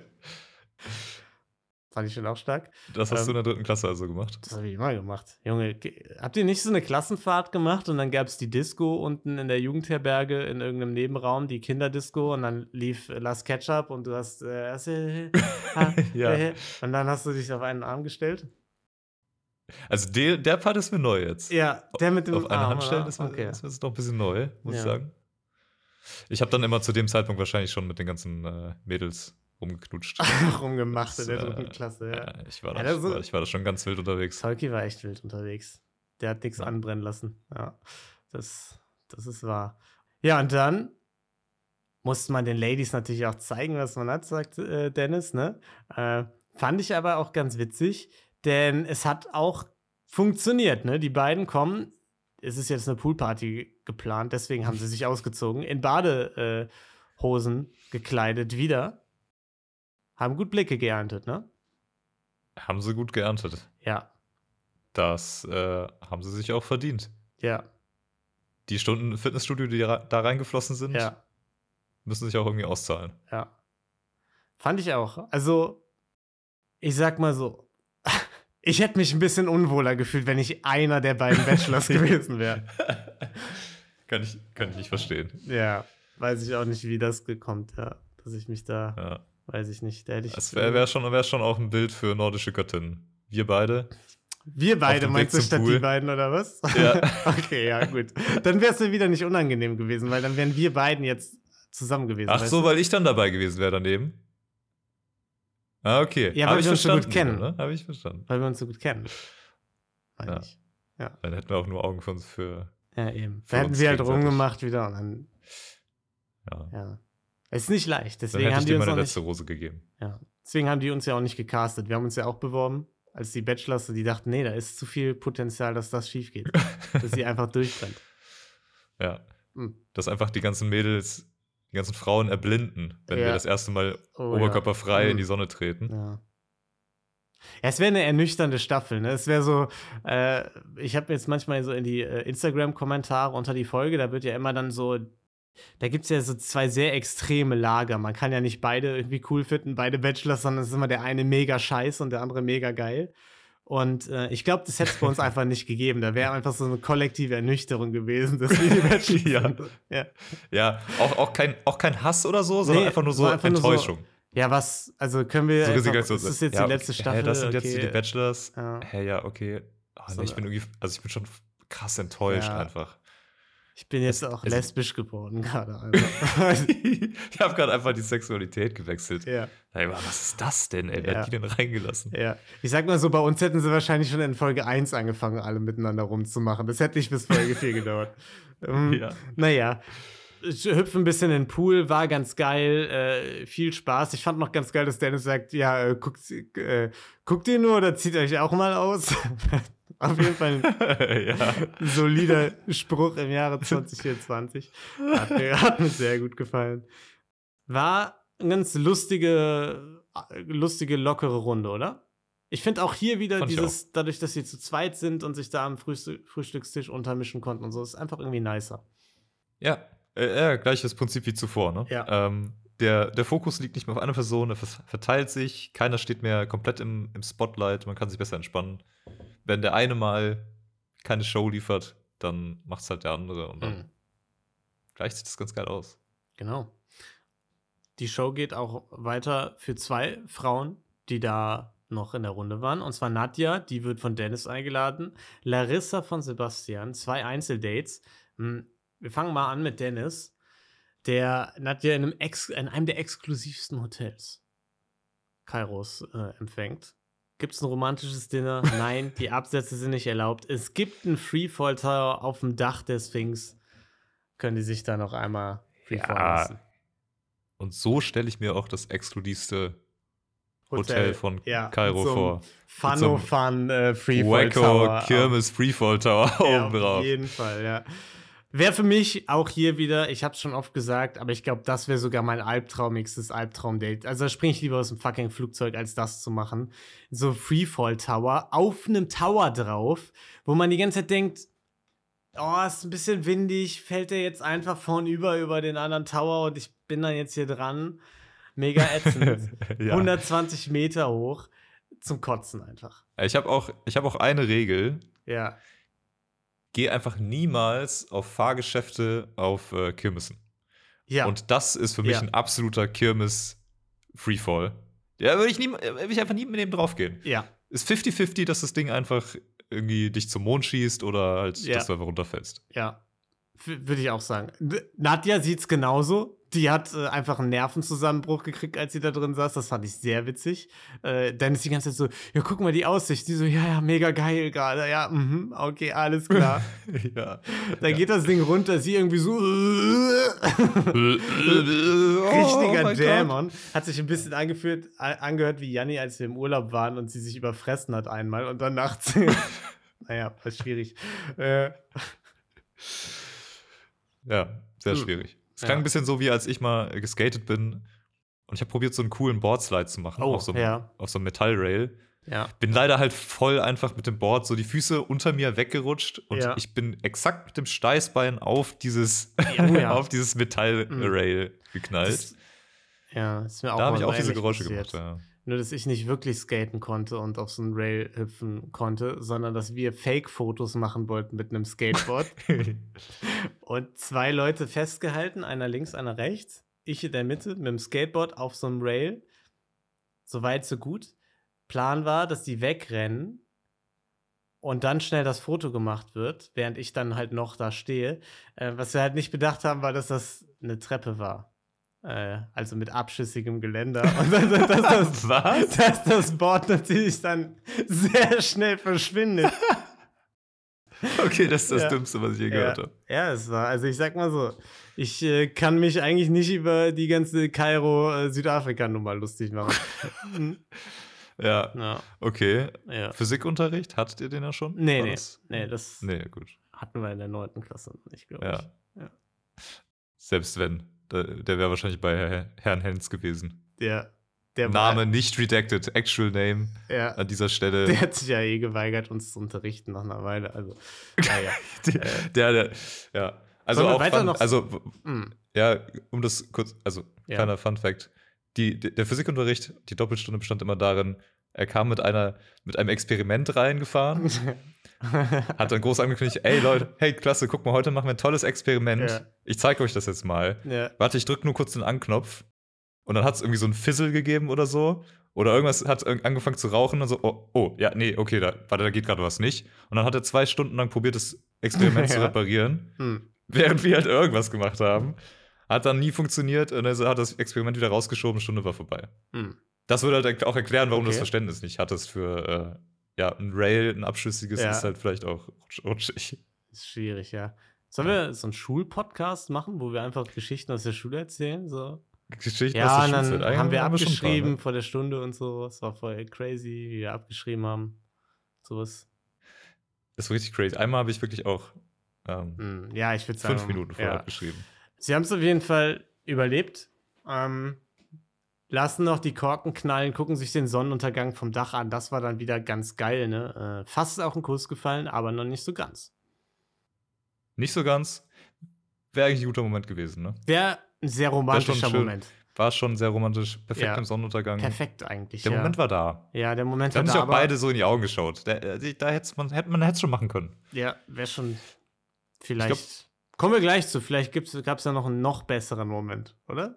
Fand ich schon auch stark. Das hast Ähm, du in der dritten Klasse also gemacht. Das habe ich immer gemacht. Junge, ge- habt ihr nicht so eine Klassenfahrt gemacht und dann gab es die Disco unten in der Jugendherberge in irgendeinem Nebenraum, die Kinderdisco und dann lief äh, Last Ketchup und du hast äh, hast, äh, ha, Ja. äh, und dann hast du dich auf einen Arm gestellt? Also der, der Part ist mir neu jetzt. Ja, der mit dem Auf eine Arm, Hand stellen oder? ist mir, Okay. ist mir jetzt noch ein bisschen neu, muss Ja. ich sagen. Ich habe dann immer zu dem Zeitpunkt wahrscheinlich schon mit den ganzen äh, Mädels rumgeknutscht. Rumgemacht in der Das, dritten äh, Klasse, ja. Ja, ich, war Ja, da, das ich, ist- war, ich war da schon ganz wild unterwegs. Tolki war echt wild unterwegs. Der hat nichts Ja. anbrennen lassen. Ja, das, das ist wahr. Ja, und dann musste man den Ladies natürlich auch zeigen, was man hat, sagt äh, Dennis, ne? Äh, fand ich aber auch ganz witzig, denn es hat auch funktioniert, ne? Die beiden kommen, es ist jetzt eine Poolparty geplant, deswegen haben sie sich ausgezogen, in Badehosen äh, Hosen gekleidet wieder. Haben gut Blicke geerntet, ne? Haben sie gut geerntet. Ja, Das äh, haben sie sich auch verdient. ja, Die Stunden Fitnessstudio, die ra- da reingeflossen sind, ja. müssen sich auch irgendwie auszahlen. Ja. Fand ich auch. Also, ich sag mal so, ich hätte mich ein bisschen unwohler gefühlt, wenn ich einer der beiden Bachelors gewesen wäre. kann, ich, kann ich nicht verstehen. Ja, weiß ich auch nicht, wie das gekommen, ja. Dass ich mich da, Ja. weiß ich nicht, da hätte ich. Das wäre wär schon, wär schon auch ein Bild für nordische Göttinnen. Wir beide. Wir beide, dem meinst du, Weg zum statt Pool. die beiden, oder was? Ja. Okay, ja, gut. Dann wäre es mir wieder nicht unangenehm gewesen, weil dann wären wir beiden jetzt zusammen gewesen. Ach weißt so, du? weil ich dann dabei gewesen wäre daneben. Ah, okay. Ja, Hab weil ich wir uns so gut verstanden, kennen. Ne? Habe ich verstanden. Weil wir uns so gut kennen. Meine Ja. ich. Dann hätten wir auch nur Augen für uns für, Ja, eben. Für Da hätten uns wir halt gegenseitig. rumgemacht wieder und dann, Ja. ja. Es ist nicht leicht, Dann deswegen hätte haben ich die dir uns meine auch letzte nicht, Rose gegeben. ja. Deswegen haben die uns ja auch nicht gecastet. Wir haben uns ja auch beworben, als die Bachelors, die dachten, nee, da ist zu viel Potenzial, dass das schief geht. Dass sie einfach durchbrennt. Ja. Hm. Dass einfach die ganzen Mädels, die ganzen Frauen erblinden, wenn Ja. wir das erste Mal Oh, oberkörperfrei ja. in die Sonne treten. Ja. Ja, es wäre eine ernüchternde Staffel, ne? Es wäre so, äh, ich habe jetzt manchmal so in die äh, Instagram-Kommentare unter die Folge, da wird ja immer dann so, da gibt es ja so zwei sehr extreme Lager. Man kann ja nicht beide irgendwie cool finden, beide Bachelors, sondern es ist immer der eine mega scheiße und der andere mega geil. Und äh, ich glaube, das hätte es bei uns einfach nicht gegeben. Da wäre einfach so eine kollektive Ernüchterung gewesen, dass wir die Bachelors Ja. sind. Ja. Ja, auch, auch, kein, auch kein Hass oder so, sondern Nee, einfach nur so war einfach nur so- Enttäuschung. Ja, was, also können wir, So einfach, Resignation. ist das jetzt Ja, die letzte okay, Staffel? Hä, das sind okay. jetzt die Bachelors. Ja. Hä, ja, okay. Oh, So nee, ich bin eine- irgendwie, also ich bin schon krass enttäuscht Ja. einfach. Ich bin jetzt Es- auch es- lesbisch geworden gerade. Also. Ich habe gerade einfach die Sexualität gewechselt. ja, Ey, aber was ist das denn, ey? Wer Ja. hat die denn reingelassen? ja. Ich sag mal so, bei uns hätten sie wahrscheinlich schon in Folge eins angefangen, alle miteinander rumzumachen. Das hätte nicht bis Folge vier gedauert. Ähm, Ja. Naja. Ich hüpfe ein bisschen in den Pool, war ganz geil, äh, viel Spaß. Ich fand noch ganz geil, dass Dennis sagt, ja, äh, guckt, äh, guckt ihr nur oder zieht euch auch mal aus? Auf jeden Fall ein Ja. solider Spruch im Jahre zwanzig vierundzwanzig. Hat mir, hat mir sehr gut gefallen. War eine ganz lustige, äh, lustige, lockere Runde, oder? Ich finde auch hier wieder Fand ich dieses, dadurch, dass sie zu zweit sind und sich da am Frühstück, Frühstückstisch untermischen konnten und so, ist einfach irgendwie nicer. Ja, äh, ja, gleiches Prinzip wie zuvor, ne? Ja. Ähm, der, der Fokus liegt nicht mehr auf einer Person, er vers- verteilt sich, keiner steht mehr komplett im, im Spotlight, man kann sich besser entspannen. Wenn der eine mal keine Show liefert, dann macht es halt der andere und dann Mhm. gleicht sich das ganz geil aus. Genau. Die Show geht auch weiter für zwei Frauen, die da noch in der Runde waren. Und zwar Nadja, die wird von Dennis eingeladen. Larissa von Sebastian, zwei Einzeldates. Hm, Wir fangen mal an mit Dennis, der Nadja in einem, Ex in einem der exklusivsten Hotels Kairos äh, empfängt. Gibt es ein romantisches Dinner? Nein, die Absätze sind nicht erlaubt. Es gibt einen Freefall Tower auf dem Dach der Sphinx. Können die sich da noch einmal freefallen Ja, lassen? Und so stelle ich mir auch das exklusivste Hotel, von ja, Kairo mit so vor. Funno Mit so Fun äh, Freefall Wacko Tower. Kirmes Freefall Tower Ja, oben drauf. auf jeden Fall, ja. Wäre für mich auch hier wieder, ich habe es schon oft gesagt, aber ich glaube, das wäre sogar mein albtraumigstes Albtraum-Date. Also da springe ich lieber aus dem fucking Flugzeug, als das zu machen. So Freefall Tower, auf einem Tower drauf, wo man die ganze Zeit denkt, oh, ist ein bisschen windig, fällt der jetzt einfach vornüber über den anderen Tower und ich bin dann jetzt hier dran. Mega ätzend. Ja. hundertzwanzig Meter hoch, zum Kotzen einfach. Ich habe auch, ich hab auch eine Regel. Ja. Geh einfach niemals auf Fahrgeschäfte auf äh, Kirmessen. Ja. Und das ist für mich Ja. ein absoluter Kirmes-Freefall. Ja, würde ich, nie- würde ich einfach nie mit dem draufgehen. ja. Ist fifty fifty, dass das Ding einfach irgendwie dich zum Mond schießt oder halt, Ja. dass du einfach runterfällst. Ja, w- würde ich auch sagen. D- Nadja sieht's genauso. Die hat äh, einfach einen Nervenzusammenbruch gekriegt, als sie da drin saß. Das fand ich sehr witzig. Äh, dann ist die ganze Zeit so, ja, guck mal die Aussicht. Die so, ja, ja, mega geil gerade. Ja, mhm, okay, alles klar. Ja. Dann geht das Ding runter, sie irgendwie so richtiger Oh mein Jamon. Hat sich ein bisschen angefühlt, a- angehört wie Janni, als wir im Urlaub waren und sie sich überfressen hat einmal und dann nachts. Naja, war schwierig. Äh, Ja, sehr Hm. schwierig. Es Ja. klang ein bisschen so, wie als ich mal äh, geskatet bin und ich habe probiert, so einen coolen Boardslide zu machen Oh, auf, so einem, ja. auf so einem Metallrail. ja. Bin leider halt voll einfach mit dem Board so die Füße unter mir weggerutscht und Ja. ich bin exakt mit dem Steißbein auf dieses, Ja, oh ja. auf dieses Metallrail geknallt. Das, ja, ist mir auch da habe mal ich so auch diese ähnlich Geräusche passiert. gemacht. Ja. Nur, dass ich nicht wirklich skaten konnte und auf so einen Rail hüpfen konnte, sondern dass wir Fake-Fotos machen wollten mit einem Skateboard. Und zwei Leute festgehalten, einer links, einer rechts. Ich in der Mitte mit dem Skateboard auf so einem Rail. So weit, so gut. Plan war, dass die wegrennen und dann schnell das Foto gemacht wird, während ich dann halt noch da stehe. Äh, was wir halt nicht bedacht haben, war, dass das eine Treppe war. Äh, also mit abschüssigem Geländer. Und dass, dass, das, Was? dass das Board natürlich dann sehr schnell verschwindet. Okay, das ist das Ja. Dümmste, was ich je Ja, gehört habe. ja, es war, also ich sag mal so, ich äh, kann mich eigentlich nicht über die ganze Kairo-Südafrika-Nummer lustig machen. Ja, Ja, okay. ja. Physikunterricht, hattet ihr den ja schon? Nee, War nee, das- nee, das Nee, gut. hatten wir in der neunten Klasse noch nicht, glaube Ja. ich. Ja. Selbst wenn. Der, der wäre wahrscheinlich bei Herr- Herrn Hens gewesen. Der, der Name war, nicht redacted, actual name ja, an dieser Stelle. der hat sich ja eh geweigert, uns zu unterrichten nach einer Weile. Also, naja. der, der, ja. Also Sollen wir auch weiter Fun, noch- also w- Hm. ja, um das kurz, also Ja. kleiner Fun Fact. Die, die, der Physikunterricht, die Doppelstunde bestand immer darin, er kam mit einer, mit einem Experiment reingefahren, hat dann groß angekündigt, ey Leute, hey Klasse, guck mal, heute machen wir ein tolles Experiment. Ja. Ich zeige euch das jetzt mal. Ja. Warte, ich drücke nur kurz den Anknopf. Und dann hat es irgendwie so ein Fizzle gegeben oder so. Oder irgendwas hat irg- angefangen zu rauchen und so, oh, oh ja, nee, okay, da, warte, da geht gerade was nicht. Und dann hat er zwei Stunden lang probiert, das Experiment zu Ja. reparieren, Hm. während wir halt irgendwas gemacht haben. Hat dann nie funktioniert und also hat das Experiment wieder rausgeschoben, eine Stunde war vorbei. Hm. Das würde halt auch erklären, warum du das Okay. Verständnis nicht hattest für äh, ja, ein Rail, ein abschüssiges, Ja. ist halt vielleicht auch rutsch- rutschig. Ist schwierig, ja. Sollen wir so einen Schulpodcast machen, wo wir einfach Geschichten aus der Schule erzählen? So? Geschichten Ja, aus und der dann Schulzeit. Eigentlich haben wir schon ein paar, abgeschrieben ne? vor der Stunde und so. Es war voll crazy, wie wir abgeschrieben haben. Sowas. Das war richtig crazy. Einmal habe ich wirklich auch ähm, Hm, ja, ich würde sagen. fünf Minuten vorher ja. abgeschrieben. Sie haben es auf jeden Fall überlebt. Ähm, lassen noch die Korken knallen, gucken sich den Sonnenuntergang vom Dach an. Das war dann wieder ganz geil, ne? Äh, fast auch ein Kuss gefallen, aber noch nicht so ganz. Nicht so ganz. Wäre eigentlich ein guter Moment gewesen, ne? Wäre ein sehr romantischer schön. Moment. War schon sehr romantisch. Perfekt Ja. im Sonnenuntergang. Perfekt eigentlich. Der ja. Moment war da. Ja, der Moment Da war haben da, sich auch aber beide so in die Augen geschaut. Da, da, da hätte man hätte man es schon machen können. ja, wäre schon vielleicht. glaub- Kommen wir gleich zu. Vielleicht gab es ja noch einen noch besseren Moment, oder?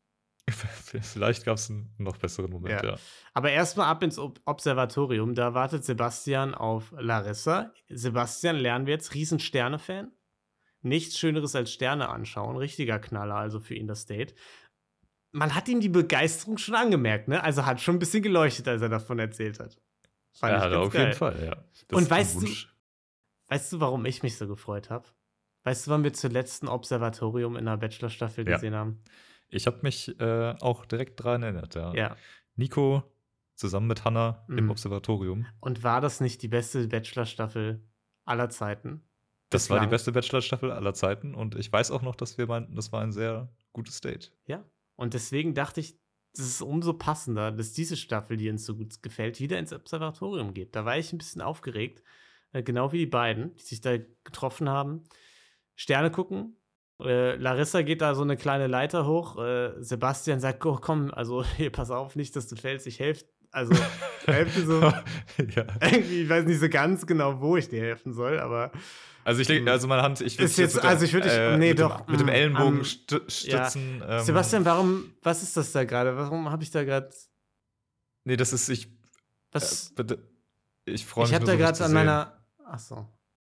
Vielleicht gab es einen noch besseren Moment, Ja. ja. Aber erstmal ab ins Ob- Observatorium. Da wartet Sebastian auf Larissa. Sebastian lernen wir jetzt, riesen Sterne-Fan. Nichts Schöneres als Sterne anschauen. Richtiger Knaller, also für ihn das Date. Man hat ihm die Begeisterung schon angemerkt, ne? Also hat schon ein bisschen geleuchtet, als er davon erzählt hat. Fand Ja, ich hat er ganz auf geil. jeden Fall, ja. Das Und ist ein weißt du- Wunsch. Weißt du, warum ich mich so gefreut habe? Weißt du, wann wir zur letzten Observatorium in der Bachelor-Staffel Ja. gesehen haben? Ich habe mich äh, auch direkt daran erinnert, ja. Ja. Nico zusammen mit Hannah im Mhm. Observatorium. Und war das nicht die beste Bachelor-Staffel aller Zeiten? Das war die Bislang. beste Bachelor-Staffel aller Zeiten und ich weiß auch noch, dass wir meinten, das war ein sehr gutes Date. Ja. Und deswegen dachte ich, das ist umso passender, dass diese Staffel, die uns so gut gefällt, wieder ins Observatorium geht. Da war ich ein bisschen aufgeregt, äh, genau wie die beiden, die sich da getroffen haben. Sterne gucken. Äh, Larissa geht da so eine kleine Leiter hoch. Äh, Sebastian sagt, oh, komm, also hier, pass auf, nicht, dass du fällst. Ich helfe, also helfe dir so. ja. Irgendwie, ich weiß nicht so ganz genau, wo ich dir helfen soll, aber Also ich denke, also meine Hand, ich würde Ist jetzt- also ich würd dich- nee, mit doch, dem, mit dem mm, Ellenbogen am- st stützen. ähm, Sebastian, warum, was ist das da gerade? Warum habe ich da gerade, Nee, das ist, ich, was, äh, bitte, ich freue mich ich habe nur da so, dich gerade zu an sehen. meiner, ach so.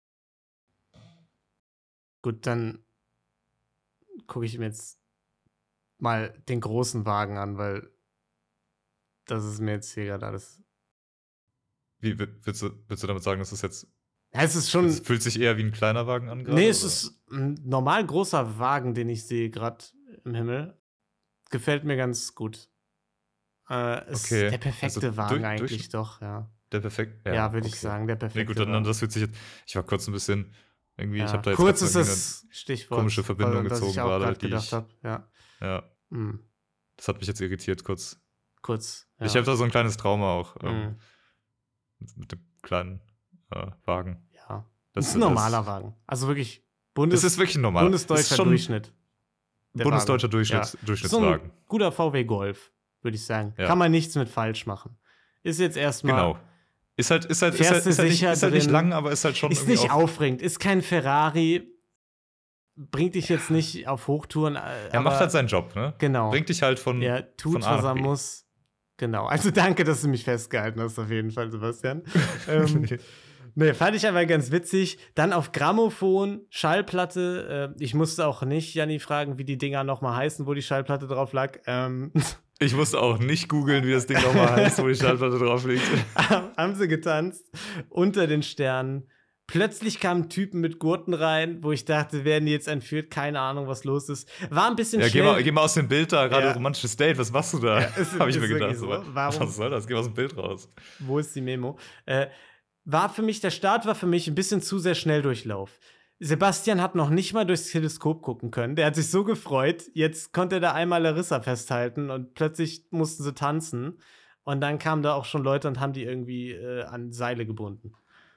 Gut, dann gucke ich mir jetzt mal den großen Wagen an, weil das ist mir jetzt hier gerade alles, Wie, wi- willst du, willst du damit sagen, dass das jetzt, ja, es ist schon, es fühlt sich eher wie ein kleiner Wagen an gerade? nee, es oder? ist ein normal großer Wagen, den ich sehe gerade im Himmel. Gefällt mir ganz gut. Äh, ist Okay, der perfekte also Wagen durch- eigentlich durch- doch, ja. Der perfekt, Ja, würde ich okay. sagen, der Nee, perfekte gut, dann, dann Wagen. das fühlt sich jetzt, ich war kurz ein bisschen, irgendwie, Ja. ich habe da jetzt Kurz grad ist so irgendwie das Stichwort, komische Verbindung weil- das gezogen ich auch gerade, gerade die gedacht ich- habe. Ja. eine, ja, Hm. das hat mich jetzt irritiert kurz. Kurz. Ja. Ich habe da so ein kleines Trauma auch ähm, Hm. mit, mit dem kleinen äh, Wagen. Ja. Das Das ist ein normaler Wagen. Also wirklich Bundes Das ist wirklich normal. bundesdeutscher Das ist schon Durchschnitt. der Bundesdeutscher Wagen. Durchschnitts, Ja. So Durchschnittswagen. ein guter V W Golf, würde ich sagen. Ja. Kann man nichts mit falsch machen. Ist jetzt erstmal. Genau. Ist halt, ist halt, ist Fährst halt, du ist halt, nicht, sicher ist halt nicht drin. lang, aber ist halt schon Ist irgendwie nicht auch, aufregend. Ist kein Ferrari. Bringt dich jetzt nicht auf Hochtouren. er macht halt seinen Job, ne? Genau. Bringt dich halt von, Er tut, von A was nach er B. muss. Genau. Also danke, dass du mich festgehalten hast, auf jeden Fall, Sebastian. ähm, nee, fand ich aber ganz witzig. Dann auf Grammophon, Schallplatte. Äh, ich musste auch nicht Janni fragen, wie die Dinger nochmal heißen, wo die Schallplatte drauf lag. Ähm, Ich musste auch nicht googeln, wie das Ding nochmal heißt, wo die Schallplatte drauf liegt. haben sie getanzt unter den Sternen. Plötzlich kamen Typen mit Gurten rein, wo ich dachte, werden die jetzt entführt? Keine Ahnung, was los ist. War ein bisschen Ja, geh schnell. mal, geh mal aus dem Bild da, gerade Ja. romantisches Date, was machst du da? Ja, ist- Habe ich ist mir gedacht. wirklich so. So, Warum- Was soll das? Geh mal aus dem Bild raus. Wo ist die Memo? Äh, war für mich, der Start war für mich ein bisschen zu sehr Schnelldurchlauf. Sebastian hat noch nicht mal durchs Teleskop gucken können. Der hat sich so gefreut. Jetzt konnte er da einmal Larissa festhalten und plötzlich mussten sie tanzen. Und dann kamen da auch schon Leute und haben die irgendwie äh, an Seile gebunden.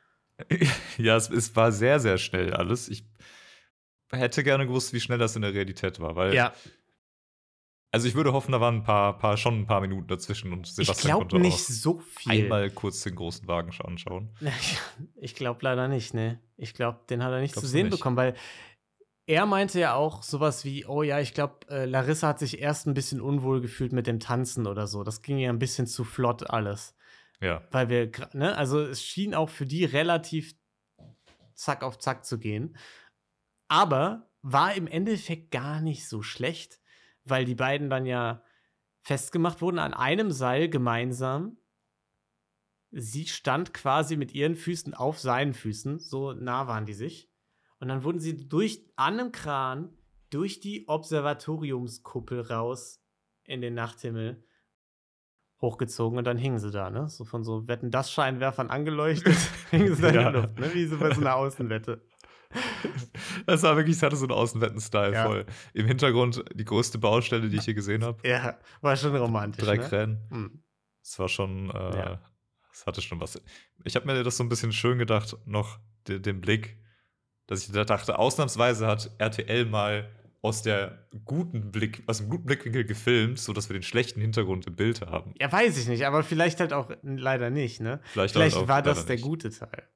Ja, es, es war sehr, sehr schnell alles. Ich hätte gerne gewusst, wie schnell das in der Realität war, weil Ja, also ich würde hoffen, da waren ein paar, paar schon ein paar Minuten dazwischen und ich Sebastian glaube konnte nicht auch so viel. einmal kurz den großen Wagen scha- anschauen. Ich glaube leider nicht, ne? Ich glaube, den hat er nicht zu Glaubst du sehen nicht? bekommen, weil er meinte ja auch sowas wie, oh ja, ich glaube, äh, Larissa hat sich erst ein bisschen unwohl gefühlt mit dem Tanzen oder so. Das ging ja ein bisschen zu flott alles. Ja. Weil wir, gra- ne, also es schien auch für die relativ zack auf zack zu gehen. Aber war im Endeffekt gar nicht so schlecht, weil die beiden dann ja festgemacht wurden an einem Seil gemeinsam. Sie stand quasi mit ihren Füßen auf seinen Füßen, so nah waren die sich. Und dann wurden sie durch, an einem Kran durch die Observatoriumskuppel raus in den Nachthimmel hochgezogen und dann hingen sie da, ne? So von so Wetten-das-Scheinwerfern angeleuchtet, hingen sie da Ja. in der Luft, ne? Wie so bei so einer Außenwette. Das war wirklich, es hatte so einen Außenwetten-Style Ja. voll. Im Hintergrund die größte Baustelle, die ich hier gesehen habe. Ja, war schon romantisch. Drei ne? Krähen. Hm. Es war schon, äh, Ja. es hatte schon was. Ich habe mir das so ein bisschen schön gedacht, noch de- den Blick, dass ich da dachte, ausnahmsweise hat R T L mal aus der guten Blick, aus dem guten Blickwinkel gefilmt, sodass wir den schlechten Hintergrund im Bild haben. Ja, weiß ich nicht, aber vielleicht halt auch leider nicht, ne? Vielleicht, Vielleicht halt auch war das leider der nicht. gute Teil.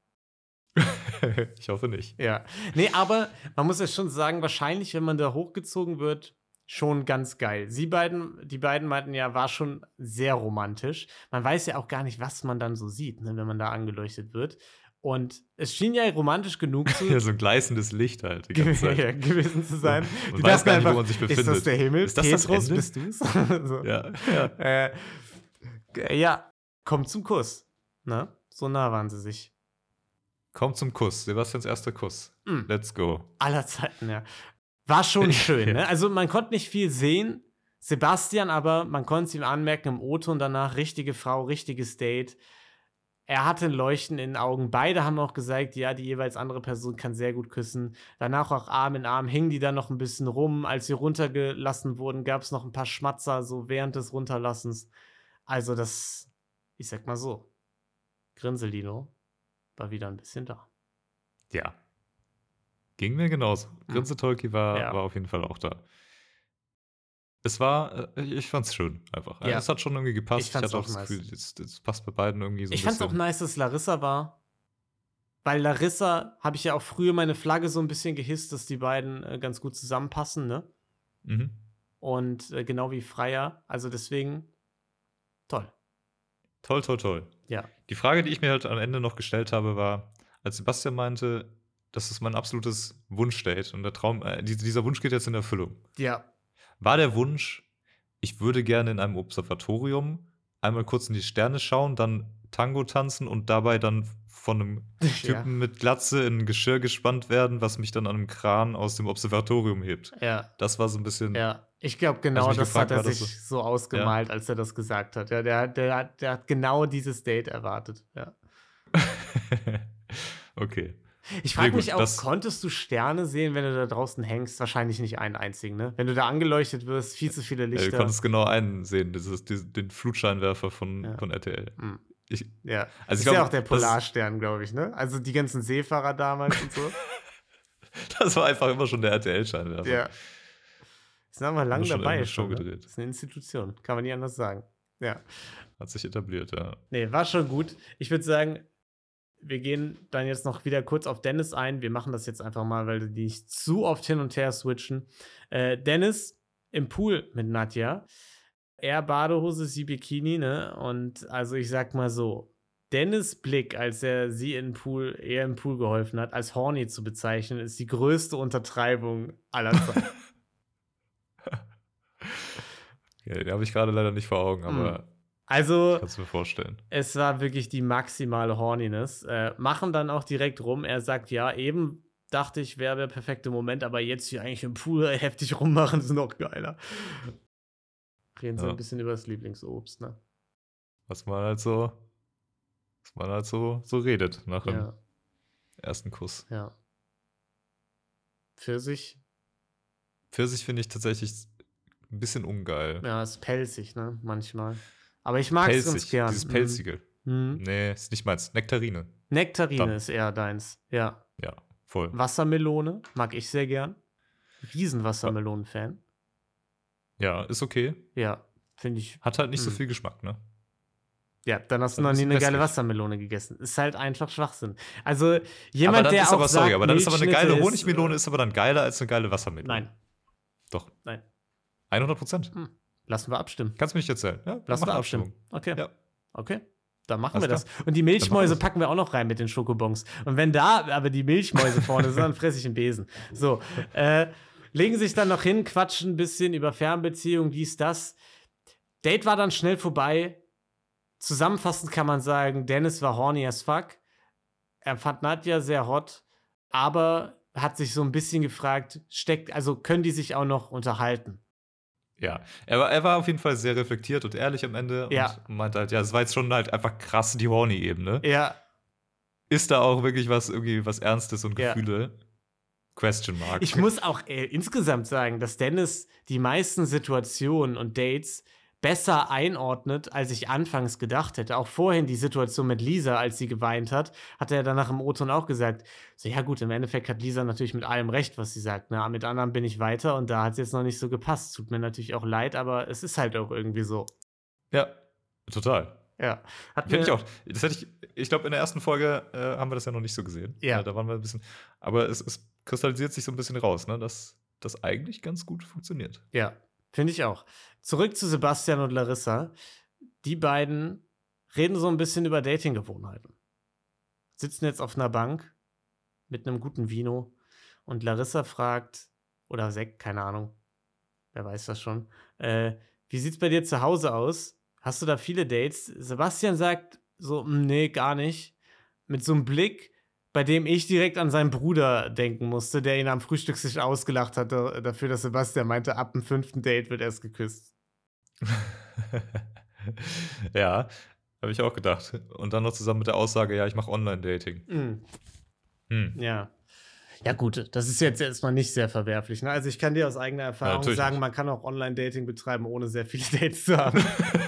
Ich hoffe nicht. Ja. Nee, aber man muss ja schon sagen, wahrscheinlich, wenn man da hochgezogen wird, schon ganz geil. Sie beiden, die beiden meinten ja, war schon sehr romantisch. Man weiß ja auch gar nicht, was man dann so sieht, ne, wenn man da angeleuchtet wird. Und es schien ja romantisch genug zu Ja, so ein gleißendes Licht halt die gew ganze Zeit. ja, gewesen zu sein. Man Die weiß dachten gar nicht, wo einfach, man sich ist das befindet. der Himmel? Ist das das Petrus, Ende? bist du's? so. Ja, ja. Äh, g- ja, kommt zum Kuss. Ne? So nah waren sie sich. Kommt zum Kuss. Sebastians erster Kuss. Mm. Let's go. Aller Zeiten, ja. War schon schön, ne? Also man konnte nicht viel sehen. Sebastian aber, man konnte es ihm anmerken im O-Ton danach, richtige Frau, richtiges Date. Er hatte ein Leuchten in den Augen. Beide haben auch gesagt, ja, die jeweils andere Person kann sehr gut küssen. Danach auch Arm in Arm hingen die dann noch ein bisschen rum. Als sie runtergelassen wurden, gab es noch ein paar Schmatzer, so während des Runterlassens. Also das, ich sag mal so, Grinselino war wieder ein bisschen da. Ja. Ging mir genauso. Grinse Tolki war, Ja. war auf jeden Fall auch da. Es war, äh, ich fand's schön, einfach. Ja. Es hat schon irgendwie gepasst. Ich Ich, fand's hatte auch auch das nice. Gefühl, es, es passt bei beiden irgendwie so ein Ich fand's bisschen. auch nice, dass Larissa war. Weil Larissa habe ich ja auch früher meine Flagge so ein bisschen gehisst, dass die beiden äh, ganz gut zusammenpassen, ne? Mhm. Und äh, genau wie Freier. Also deswegen toll. Toll, toll, toll. Ja. Die Frage, die ich mir halt am Ende noch gestellt habe, war, als Sebastian meinte, das ist mein absolutes Wunschdate und der Traum, äh, die- dieser Wunsch geht jetzt in Erfüllung. Ja. War der Wunsch, ich würde gerne in einem Observatorium einmal kurz in die Sterne schauen, dann Tango tanzen und dabei dann von einem Typen Ja. mit Glatze in ein Geschirr gespannt werden, was mich dann an einem Kran aus dem Observatorium hebt. Ja. Das war so ein bisschen. Ja. Ich glaube, genau mich das gefragt, hat er war das sich so ausgemalt, als er das gesagt hat. Ja, der, der, hat- der hat genau dieses Date erwartet. Ja. Okay. Ich frage Nee, gut, mich auch, das- konntest du Sterne sehen, wenn du da draußen hängst? Wahrscheinlich nicht einen einzigen, ne? Wenn du da angeleuchtet wirst, viel zu viele Ja, du Lichter. konntest genau einen sehen, dieses, diesen, den Flutscheinwerfer von, Ja. von R T L. Hm. Ich, Ja, Also ist ich ja glaub, auch der das- Polarstern, glaube ich, ne? Also die ganzen Seefahrer damals und so. das war einfach immer schon der R T L-Scheinwerfer. Ja. Ist noch mal lang Haben wir schon dabei eine Show schon. Ne? gedreht. Ist eine Institution, kann man nie anders sagen. Ja. Hat sich etabliert, ja. Nee, war schon gut. Ich würde sagen, wir gehen dann jetzt noch wieder kurz auf Dennis ein. Wir machen das jetzt einfach mal, weil die nicht zu oft hin und her switchen. Äh, Dennis im Pool mit Nadja. Er Badehose, sie Bikini, ne? Und also ich sag mal so, Dennis' Blick, als er sie im Pool, eher im Pool geholfen hat, als horny zu bezeichnen, ist die größte Untertreibung aller Zeiten. Ja, den habe ich gerade leider nicht vor Augen, aber Also, Kannst du mir vorstellen. es war wirklich die maximale Horniness. Äh, machen dann auch direkt rum. Er sagt, ja, eben dachte ich, wäre der perfekte Moment, aber jetzt hier eigentlich im Pool heftig rummachen, ist noch geiler. Reden so Ja. ein bisschen über das Lieblingsobst, ne? Was man halt so, was man halt so, so redet nach dem Ja, ersten Kuss. ja. Pfirsich, Pfirsich finde ich tatsächlich ein bisschen ungeil. ja, ist pelzig, ne? Manchmal. Aber ich mag es ganz Pelzig, gern. dieses Mhm. Pelzige. Mhm. Nee, ist nicht meins. Nektarine. Nektarine Dann. ist eher deins. Ja. Ja, voll. Wassermelone mag ich sehr gern. Riesenwassermelonen-Fan. Ja, ist okay. Ja, finde ich. Hat halt nicht so Mhm. viel Geschmack, ne? Ja, dann hast du Ein noch nie bisschen eine geile wässrig. Wassermelone gegessen. Ist halt einfach Schwachsinn. Also jemand, aber dann der ist auch aber, sorry, sagt, aber dann ist aber eine Milchschnitte geile ist, Honigmelone äh, ist aber dann geiler als eine geile Wassermelone. Nein, Doch. nein. hundert Prozent. Hm. Lassen wir abstimmen. Kannst du mir nicht erzählen. Ja, Lassen mach wir eine abstimmen. Okay. Ja. Okay. Dann machen Alles wir das. klar. Und die Dann machen Milchmäuse wir's. packen wir auch noch rein mit den Schokobons. Und wenn da aber die Milchmäuse vorne sind, dann fresse ich einen Besen. So. Äh, legen sich dann noch hin, quatschen ein bisschen über Fernbeziehungen, dies, das. Date war dann schnell vorbei. Zusammenfassend kann man sagen, Dennis war horny as fuck. Er fand Nadja sehr hot, aber hat sich so ein bisschen gefragt, steckt, also können die sich auch noch unterhalten? Ja, er war, er war auf jeden Fall sehr reflektiert und ehrlich am Ende Ja. und meinte halt, ja, es war jetzt schon halt einfach krass die Horny-Ebene. Ja, Ist da auch wirklich was, irgendwie was Ernstes und Ja. Gefühle? Question mark. ich muss auch äh, insgesamt sagen, dass Dennis die meisten Situationen und Dates besser einordnet, als ich anfangs gedacht hätte. Auch vorhin die Situation mit Lisa, als sie geweint hat, hat er danach im O-Ton auch gesagt, so ja gut, im Endeffekt hat Lisa natürlich mit allem recht, was sie sagt. Na, mit anderen bin ich weiter und da hat es jetzt noch nicht so gepasst. Tut mir natürlich auch leid, aber es ist halt auch irgendwie so. Ja, total. Ja. Hat Finde mir- ich auch. Das hätte ich, ich glaube, in der ersten Folge äh, haben wir das ja noch nicht so gesehen. Ja. Äh, da waren wir ein bisschen, aber es, es kristallisiert sich so ein bisschen raus, ne, dass das eigentlich ganz gut funktioniert. Ja, finde ich auch. Zurück zu Sebastian und Larissa. Die beiden reden so ein bisschen über Datinggewohnheiten. Sitzen jetzt auf einer Bank mit einem guten Vino und Larissa fragt, oder Sekt, keine Ahnung, wer weiß das schon, äh, wie sieht's bei dir zu Hause aus? Hast du da viele Dates? Sebastian sagt so, "Mm, nee, gar nicht. Mit so einem Blick, bei dem ich direkt an seinen Bruder denken musste, der ihn am Frühstückstisch ausgelacht hatte, dafür, dass Sebastian meinte, ab dem fünften Date wird erst geküsst. Ja, habe ich auch gedacht. Und dann noch zusammen mit der Aussage, ja, ich mache Online-Dating. Mhm. Hm. Ja. Ja, gut, das ist jetzt erstmal nicht sehr verwerflich. Ne? Also, ich kann dir aus eigener Erfahrung natürlich sagen, nicht. man kann auch Online-Dating betreiben, ohne sehr viele Dates zu haben.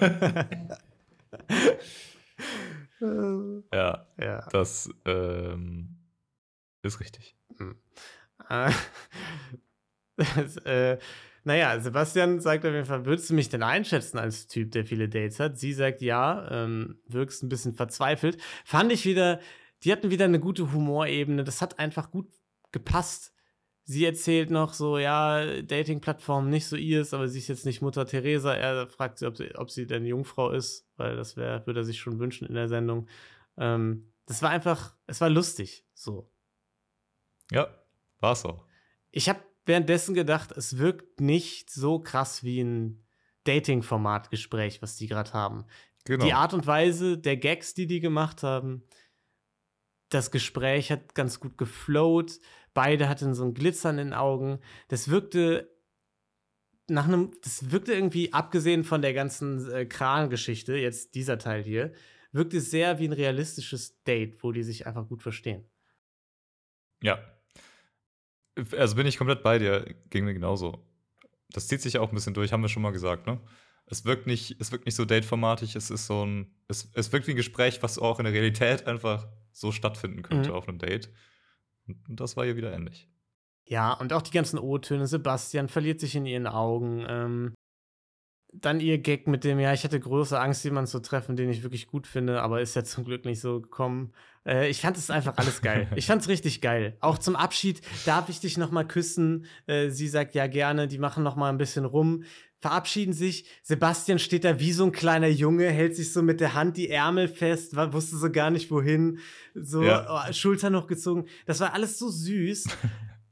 Ja, ja. das ähm, ist richtig. Äh, das, äh, naja, Sebastian sagt auf jeden Fall, würdest du mich denn einschätzen als Typ, der viele Dates hat? Sie sagt ja, ähm, wirkst ein bisschen verzweifelt. Fand ich wieder, die hatten wieder eine gute Humorebene. Das hat einfach gut gepasst. Sie erzählt noch so, ja, Dating-Plattform nicht so ihrs, aber sie ist jetzt nicht Mutter Teresa. Er fragt sie, ob sie, ob sie denn Jungfrau ist, weil das wäre, würde er sich schon wünschen in der Sendung. Ähm, das war einfach, es war lustig, so. Ja, war's auch. Ich habe währenddessen gedacht, es wirkt nicht so krass wie ein Dating-Format-Gespräch, was die gerade haben. Genau. Die Art und Weise der Gags, die die gemacht haben, das Gespräch hat ganz gut geflowt. Beide hatten so ein Glitzern in den Augen. Das wirkte nach einem, das wirkte irgendwie, abgesehen von der ganzen äh, Kran-Geschichte, jetzt dieser Teil hier, wirkte sehr wie ein realistisches Date, wo die sich einfach gut verstehen. Ja. Also bin ich komplett bei dir, ging mir genauso. Das zieht sich ja auch ein bisschen durch, haben wir schon mal gesagt, ne? Es wirkt nicht, es wirkt nicht so dateformatig, es ist so ein, es, es wirkt wie ein Gespräch, was auch in der Realität einfach so stattfinden könnte Mhm. auf einem Date. Und das war hier wieder ähnlich. Ja, und auch die ganzen O-Töne. Sebastian verliert sich in ihren Augen. Ähm, dann ihr Gag mit dem, ja, ich hatte große Angst, jemanden zu treffen, den ich wirklich gut finde, aber ist ja zum Glück nicht so gekommen. Äh, ich fand es einfach alles geil. Ich fand es richtig geil. Auch zum Abschied, darf ich dich noch mal küssen? Äh, sie sagt ja gerne, die machen noch mal ein bisschen rum. Verabschieden sich. Sebastian steht da wie so ein kleiner Junge, hält sich so mit der Hand die Ärmel fest, wa- wusste so gar nicht wohin. So Ja. oh, Schultern noch gezogen. Das war alles so süß.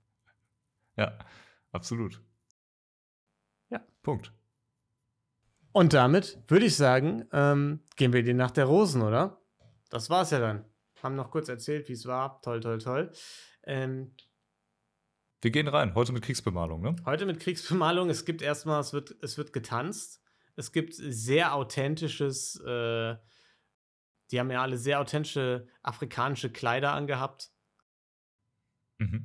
Ja, absolut. Ja. Punkt. Und damit würde ich sagen, ähm, gehen wir in die Nacht der Rosen, oder? Das war's ja dann. Haben noch kurz erzählt, wie es war. Toll, toll, toll. Ähm, Wir gehen rein, heute mit Kriegsbemalung, ne? Heute mit Kriegsbemalung. Es gibt erstmal, es wird, es wird getanzt. Es gibt sehr authentisches, äh, die haben ja alle sehr authentische afrikanische Kleider angehabt. Mhm.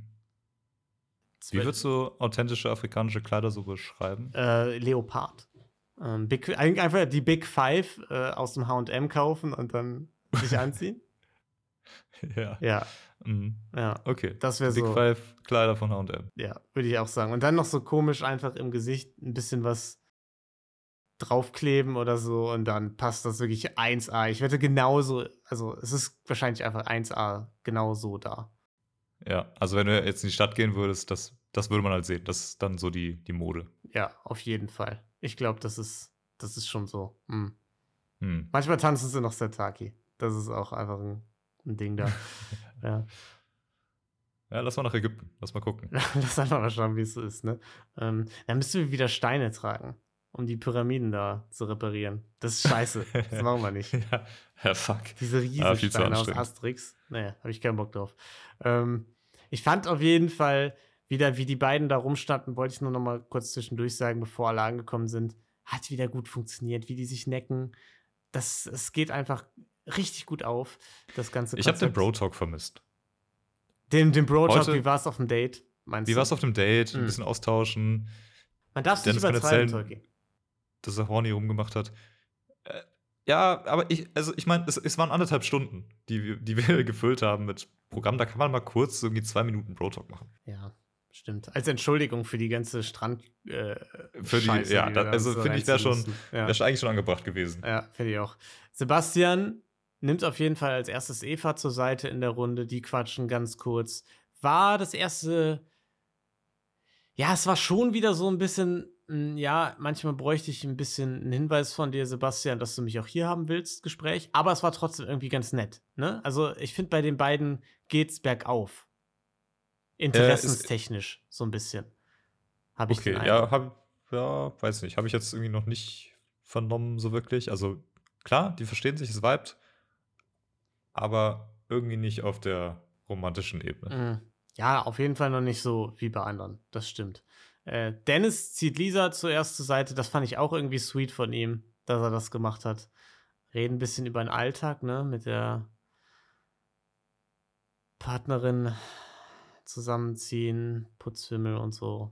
Wie würdest du authentische afrikanische Kleider so beschreiben? Äh, Leopard. Ähm, Big, einfach die Big Five äh, aus dem H und M kaufen und dann sich anziehen. Ja. Ja. Mhm. Ja. Okay. Das wäre Big so. Five Kleider von H und M. Ja, würde ich auch sagen. Und dann noch so komisch einfach im Gesicht ein bisschen was draufkleben oder so und dann passt das wirklich eins A. Ich wette genauso, also es ist wahrscheinlich einfach eins A genau so da. Ja, also wenn du jetzt in die Stadt gehen würdest, das, das würde man halt sehen. Das ist dann so die, die Mode. Ja, auf jeden Fall. Ich glaube, das ist, das ist schon so. Hm. Hm. Manchmal tanzen sie noch Setaki. Das ist auch einfach ein, ein Ding da. Ja. Ja, lass mal nach Ägypten. Lass mal gucken. Lass einfach mal schauen, wie es so ist, ne? Ähm, dann müssen wir wieder Steine tragen, um die Pyramiden da zu reparieren. Das ist scheiße. Das machen wir nicht. ja, ja, fuck. Diese Ja, viel zu Riesensteine aus anstrengend. Asterix. Naja, habe ich keinen Bock drauf. Ähm, ich fand auf jeden Fall wieder, wie die beiden da rumstanden, wollte ich nur noch mal kurz zwischendurch sagen, bevor alle angekommen sind, hat wieder gut funktioniert, wie die sich necken. Das, es geht einfach richtig gut auf, das ganze Ich habe den Konzept. Bro-Talk vermisst. Den, den Bro-Talk, Heute- wie war es auf dem Date? Meinst Wie du? war's auf dem Date? Ein Mhm. bisschen austauschen, Man darf es nicht Dennis kann übertreiben, erzählen- Tolki. dass er horny rumgemacht hat. Äh, ja, aber ich, also ich meine, es, es waren anderthalb Stunden, die, wir- die wir gefüllt haben mit Programm. Da kann man mal kurz irgendwie zwei Minuten Bro-Talk machen. Ja, stimmt. Als Entschuldigung für die ganze Strand äh, Für die- Scheiße, ja, wir da- da also so finde ich, wär reinziehen schon- mussten. Ja. Wäre eigentlich schon angebracht gewesen. Ja, finde ich auch. Sebastian nimmt auf jeden Fall als erstes Eva zur Seite in der Runde. Die quatschen ganz kurz. War das erste. Ja, es war schon wieder so ein bisschen. mh, Ja, manchmal bräuchte ich ein bisschen einen Hinweis von dir, Sebastian, dass du mich auch hier haben willst, Gespräch. Aber es war trotzdem irgendwie ganz nett. Ne? Also, ich finde, bei den beiden geht's bergauf. Interessenstechnisch, so ein bisschen. Habe ich Okay, den ja, Eindruck. hab, ja, weiß nicht. Habe ich jetzt irgendwie noch nicht vernommen, so wirklich. Also, klar, die verstehen sich, es vibet, aber irgendwie nicht auf der romantischen Ebene. Mhm. Ja, auf jeden Fall noch nicht so wie bei anderen. Das stimmt. Äh, Dennis zieht Lisa zuerst zur Seite. Das fand ich auch irgendwie sweet von ihm, dass er das gemacht hat. Reden ein bisschen über den Alltag, ne, mit der Partnerin zusammenziehen, Putzfimmel und so.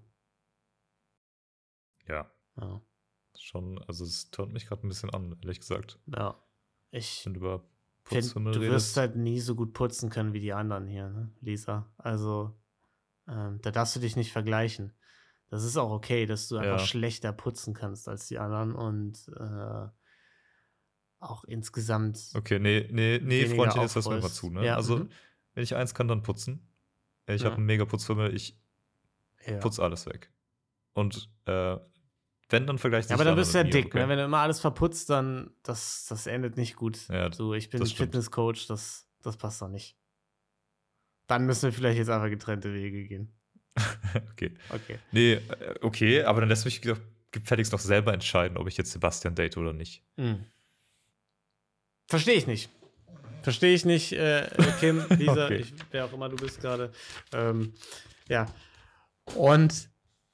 Ja, Ja, schon. Also, es turnt mich gerade ein bisschen an, ehrlich gesagt. ja. Ich Wenn du über finde, Putzfimmel du wirst redest. halt nie so gut putzen können wie die anderen hier, ne, Lisa. Also, ähm, da darfst du dich nicht vergleichen. Das ist auch okay, dass du einfach Ja. schlechter putzen kannst als die anderen und äh, auch insgesamt. Okay, nee, nee, nee, weniger Freundchen, jetzt lass mir mal aufrollst. zu, ne? Ja, also, mhm. wenn ich eins kann, dann putzen. Ich Ja. habe einen mega Putzfimmel, ich Ja. putz alles weg. Und äh, wenn, dann vergleicht Ja, sich aber dann der bist du ja andere mit dick, mir, ne? Wenn du immer alles verputzt, dann das, das endet nicht gut. Ja, so, ich bin das stimmt. Fitnesscoach, das, das passt doch nicht. Dann müssen wir vielleicht jetzt einfach getrennte Wege gehen. okay. Okay. Nee, äh, okay, aber dann lässt mich doch gefälligst noch selber entscheiden, ob ich jetzt Sebastian date oder nicht. Mhm. Verstehe ich nicht. Verstehe ich nicht, äh, Kim, Lisa, Okay. ich, wer auch immer du bist gerade. Ähm, ja. Und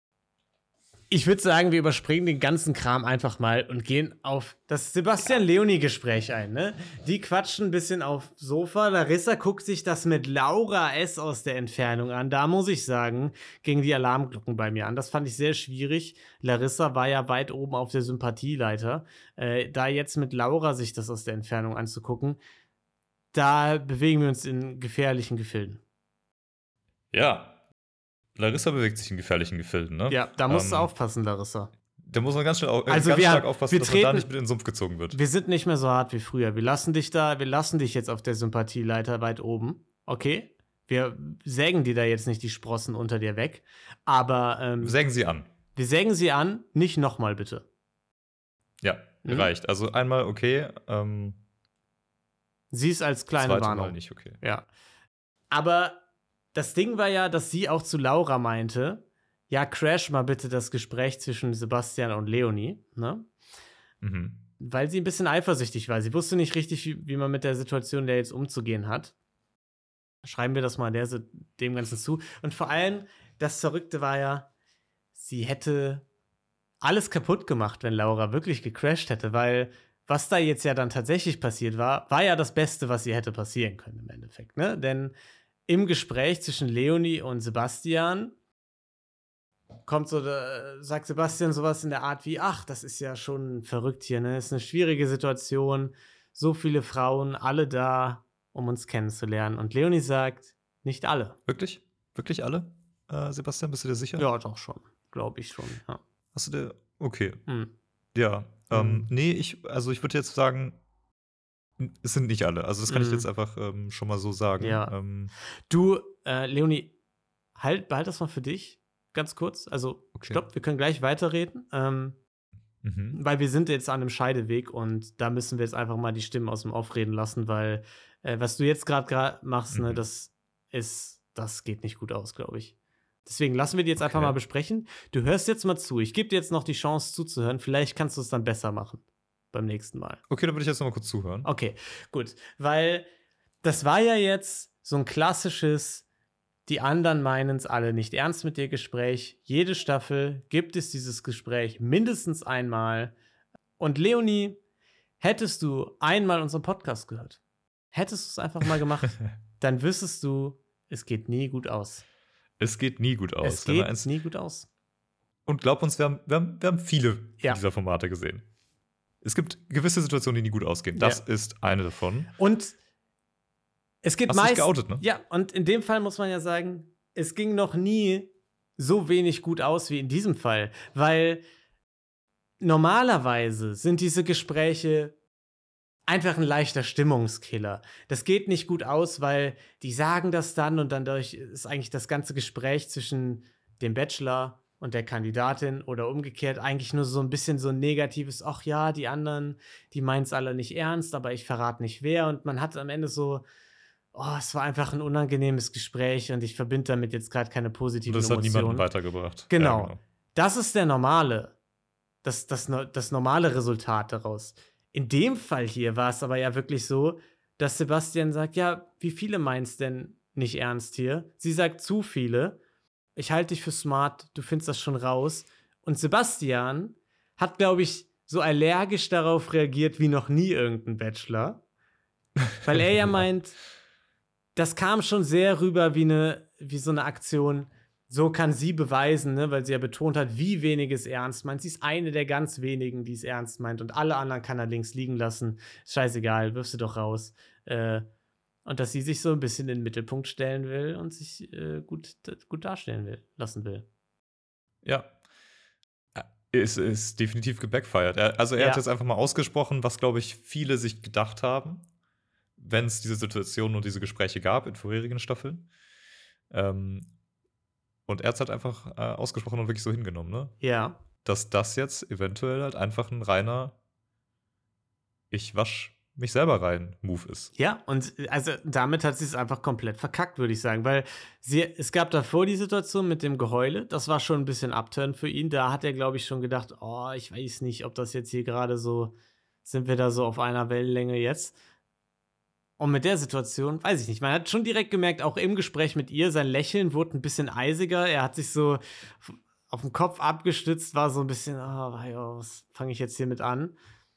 ich würde sagen, wir überspringen den ganzen Kram einfach mal und gehen auf das Sebastian-Leonie-Gespräch ein. Ne? Die quatschen ein bisschen aufs Sofa. Larissa guckt sich das mit Laura S. aus der Entfernung an. Da muss ich sagen, gingen die Alarmglocken bei mir an. Das fand ich sehr schwierig. Larissa war ja weit oben auf der Sympathieleiter. Äh, da jetzt mit Laura sich das aus der Entfernung anzugucken, da bewegen wir uns in gefährlichen Gefilden. Ja. Larissa bewegt sich in gefährlichen Gefilden, ne? Ja, da musst du Ähm, aufpassen, Larissa. Da muss man ganz schnell au äh, Also ganz wir stark haben- aufpassen, wir dass man da treten- nicht mit in den Sumpf gezogen wird. Wir sind nicht mehr so hart wie früher. Wir lassen dich da, wir lassen dich jetzt auf der Sympathieleiter weit oben. Okay? Wir sägen dir da jetzt nicht die Sprossen unter dir weg. Aber ähm, Sägen Sie an. wir sägen sie an, nicht nochmal bitte. Ja, Mhm. reicht. Also einmal okay, ähm, Sie ist als kleine zweite Warnung. Mal nicht okay. Ja. Aber das Ding war ja, dass sie auch zu Laura meinte, ja, crash mal bitte das Gespräch zwischen Sebastian und Leonie, ne? Mhm. weil sie ein bisschen eifersüchtig war. Sie wusste nicht richtig, wie, wie man mit der Situation der jetzt umzugehen hat. Schreiben wir das mal der, dem Ganzen zu. Und vor allem, das Verrückte war ja, sie hätte alles kaputt gemacht, wenn Laura wirklich gecrashed hätte, weil was da jetzt ja dann tatsächlich passiert war, war ja das Beste, was ihr hätte passieren können im Endeffekt, ne? Denn im Gespräch zwischen Leonie und Sebastian kommt so, da sagt Sebastian sowas in der Art wie, ach, das ist ja schon verrückt hier, ne? Das ist eine schwierige Situation, so viele Frauen, alle da, um uns kennenzulernen. Und Leonie sagt, nicht alle. Wirklich? Wirklich alle? Äh, Sebastian, bist du dir sicher? Ja, doch schon. Glaube ich schon, ja. Hast du dir. Okay. Hm. Ja. Ähm, Mhm. nee, ich, also ich würde jetzt sagen, n- es sind nicht alle. Also das kann ich Mhm. jetzt einfach ähm, schon mal so sagen. Ja. Ähm, Du, äh, Leonie, halt, behalt das mal für dich, ganz kurz. Also, Okay. stopp, wir können gleich weiterreden, ähm, mhm. weil wir sind jetzt an einem Scheideweg und da müssen wir jetzt einfach mal die Stimmen aus dem Off reden lassen, weil äh, was du jetzt gerade machst, ne, Mhm. das ist, das geht nicht gut aus, glaube ich. Deswegen lassen wir die jetzt einfach Okay. mal besprechen. Du hörst jetzt mal zu. Ich gebe dir jetzt noch die Chance zuzuhören. Vielleicht kannst du es dann besser machen beim nächsten Mal. Okay, dann würde ich jetzt noch mal kurz zuhören. Okay, gut. Weil das war ja jetzt so ein klassisches, die anderen meinen es alle nicht ernst mit dir Gespräch. Jede Staffel gibt es dieses Gespräch mindestens einmal. Und Leonie, hättest du einmal unseren Podcast gehört, hättest du es einfach mal gemacht, dann wüsstest du, es geht nie gut aus. Es geht nie gut aus. Es Wenn wir geht eins- nie gut aus. Und glaub uns, wir haben, wir haben, wir haben viele Ja. dieser Formate gesehen. Es gibt gewisse Situationen, die nie gut ausgehen. Das Ja. ist eine davon. Und es gibt Hast du dich meist geoutet, ne? Ja, und in dem Fall muss man ja sagen, es ging noch nie so wenig gut aus wie in diesem Fall, weil normalerweise sind diese Gespräche einfach ein leichter Stimmungskiller. Das geht nicht gut aus, weil die sagen das dann und dann dadurch ist eigentlich das ganze Gespräch zwischen dem Bachelor und der Kandidatin oder umgekehrt eigentlich nur so ein bisschen so ein negatives, ach ja, die anderen, die meinen es alle nicht ernst, aber ich verrate nicht wer. Und man hat am Ende so, oh, es war einfach ein unangenehmes Gespräch und ich verbinde damit jetzt gerade keine Und positiven das hat niemanden Emotionen. weitergebracht. Genau. Ja, Das ist der normale, das, das, no- das normale Resultat daraus. In dem Fall hier war es aber ja wirklich so, dass Sebastian sagt, ja, wie viele meinst denn nicht ernst hier? Sie sagt zu viele. Ich halte dich für smart, du findest das schon raus. Und Sebastian hat, glaube ich, so allergisch darauf reagiert wie noch nie irgendein Bachelor. Weil er ja meint, das kam schon sehr rüber wie, eine, wie so eine Aktion, so kann sie beweisen, ne, weil sie ja betont hat, wie wenig es ernst meint. Sie ist eine der ganz wenigen, die es ernst meint. Und alle anderen kann er links liegen lassen. Scheißegal, wirfst du doch raus. Äh, und dass sie sich so ein bisschen in den Mittelpunkt stellen will und sich äh, gut, gut darstellen will, lassen will. Ja. Es ist definitiv gebackfired. Er, also er Ja. hat jetzt einfach mal ausgesprochen, was, glaube ich, viele sich gedacht haben, wenn es diese Situation und diese Gespräche gab in vorherigen Staffeln. Ähm, und er hat es halt einfach äh, ausgesprochen und wirklich so hingenommen, ne? Ja. Dass das jetzt eventuell halt einfach ein reiner Ich wasch mich selber rein Move ist. Ja, und äh, also damit hat sie es einfach komplett verkackt, würde ich sagen. Weil sie, es gab davor die Situation mit dem Geheule, das war schon ein bisschen Upturn für ihn. Da hat er, glaube ich, schon gedacht, oh, ich weiß nicht, ob das jetzt hier gerade so, sind wir da so auf einer Wellenlänge jetzt. Und mit der Situation, weiß ich nicht, man hat schon direkt gemerkt, auch im Gespräch mit ihr, sein Lächeln wurde ein bisschen eisiger. Er hat sich so auf den Kopf abgestützt, war so ein bisschen, oh, ja, was fange ich jetzt hier mit an?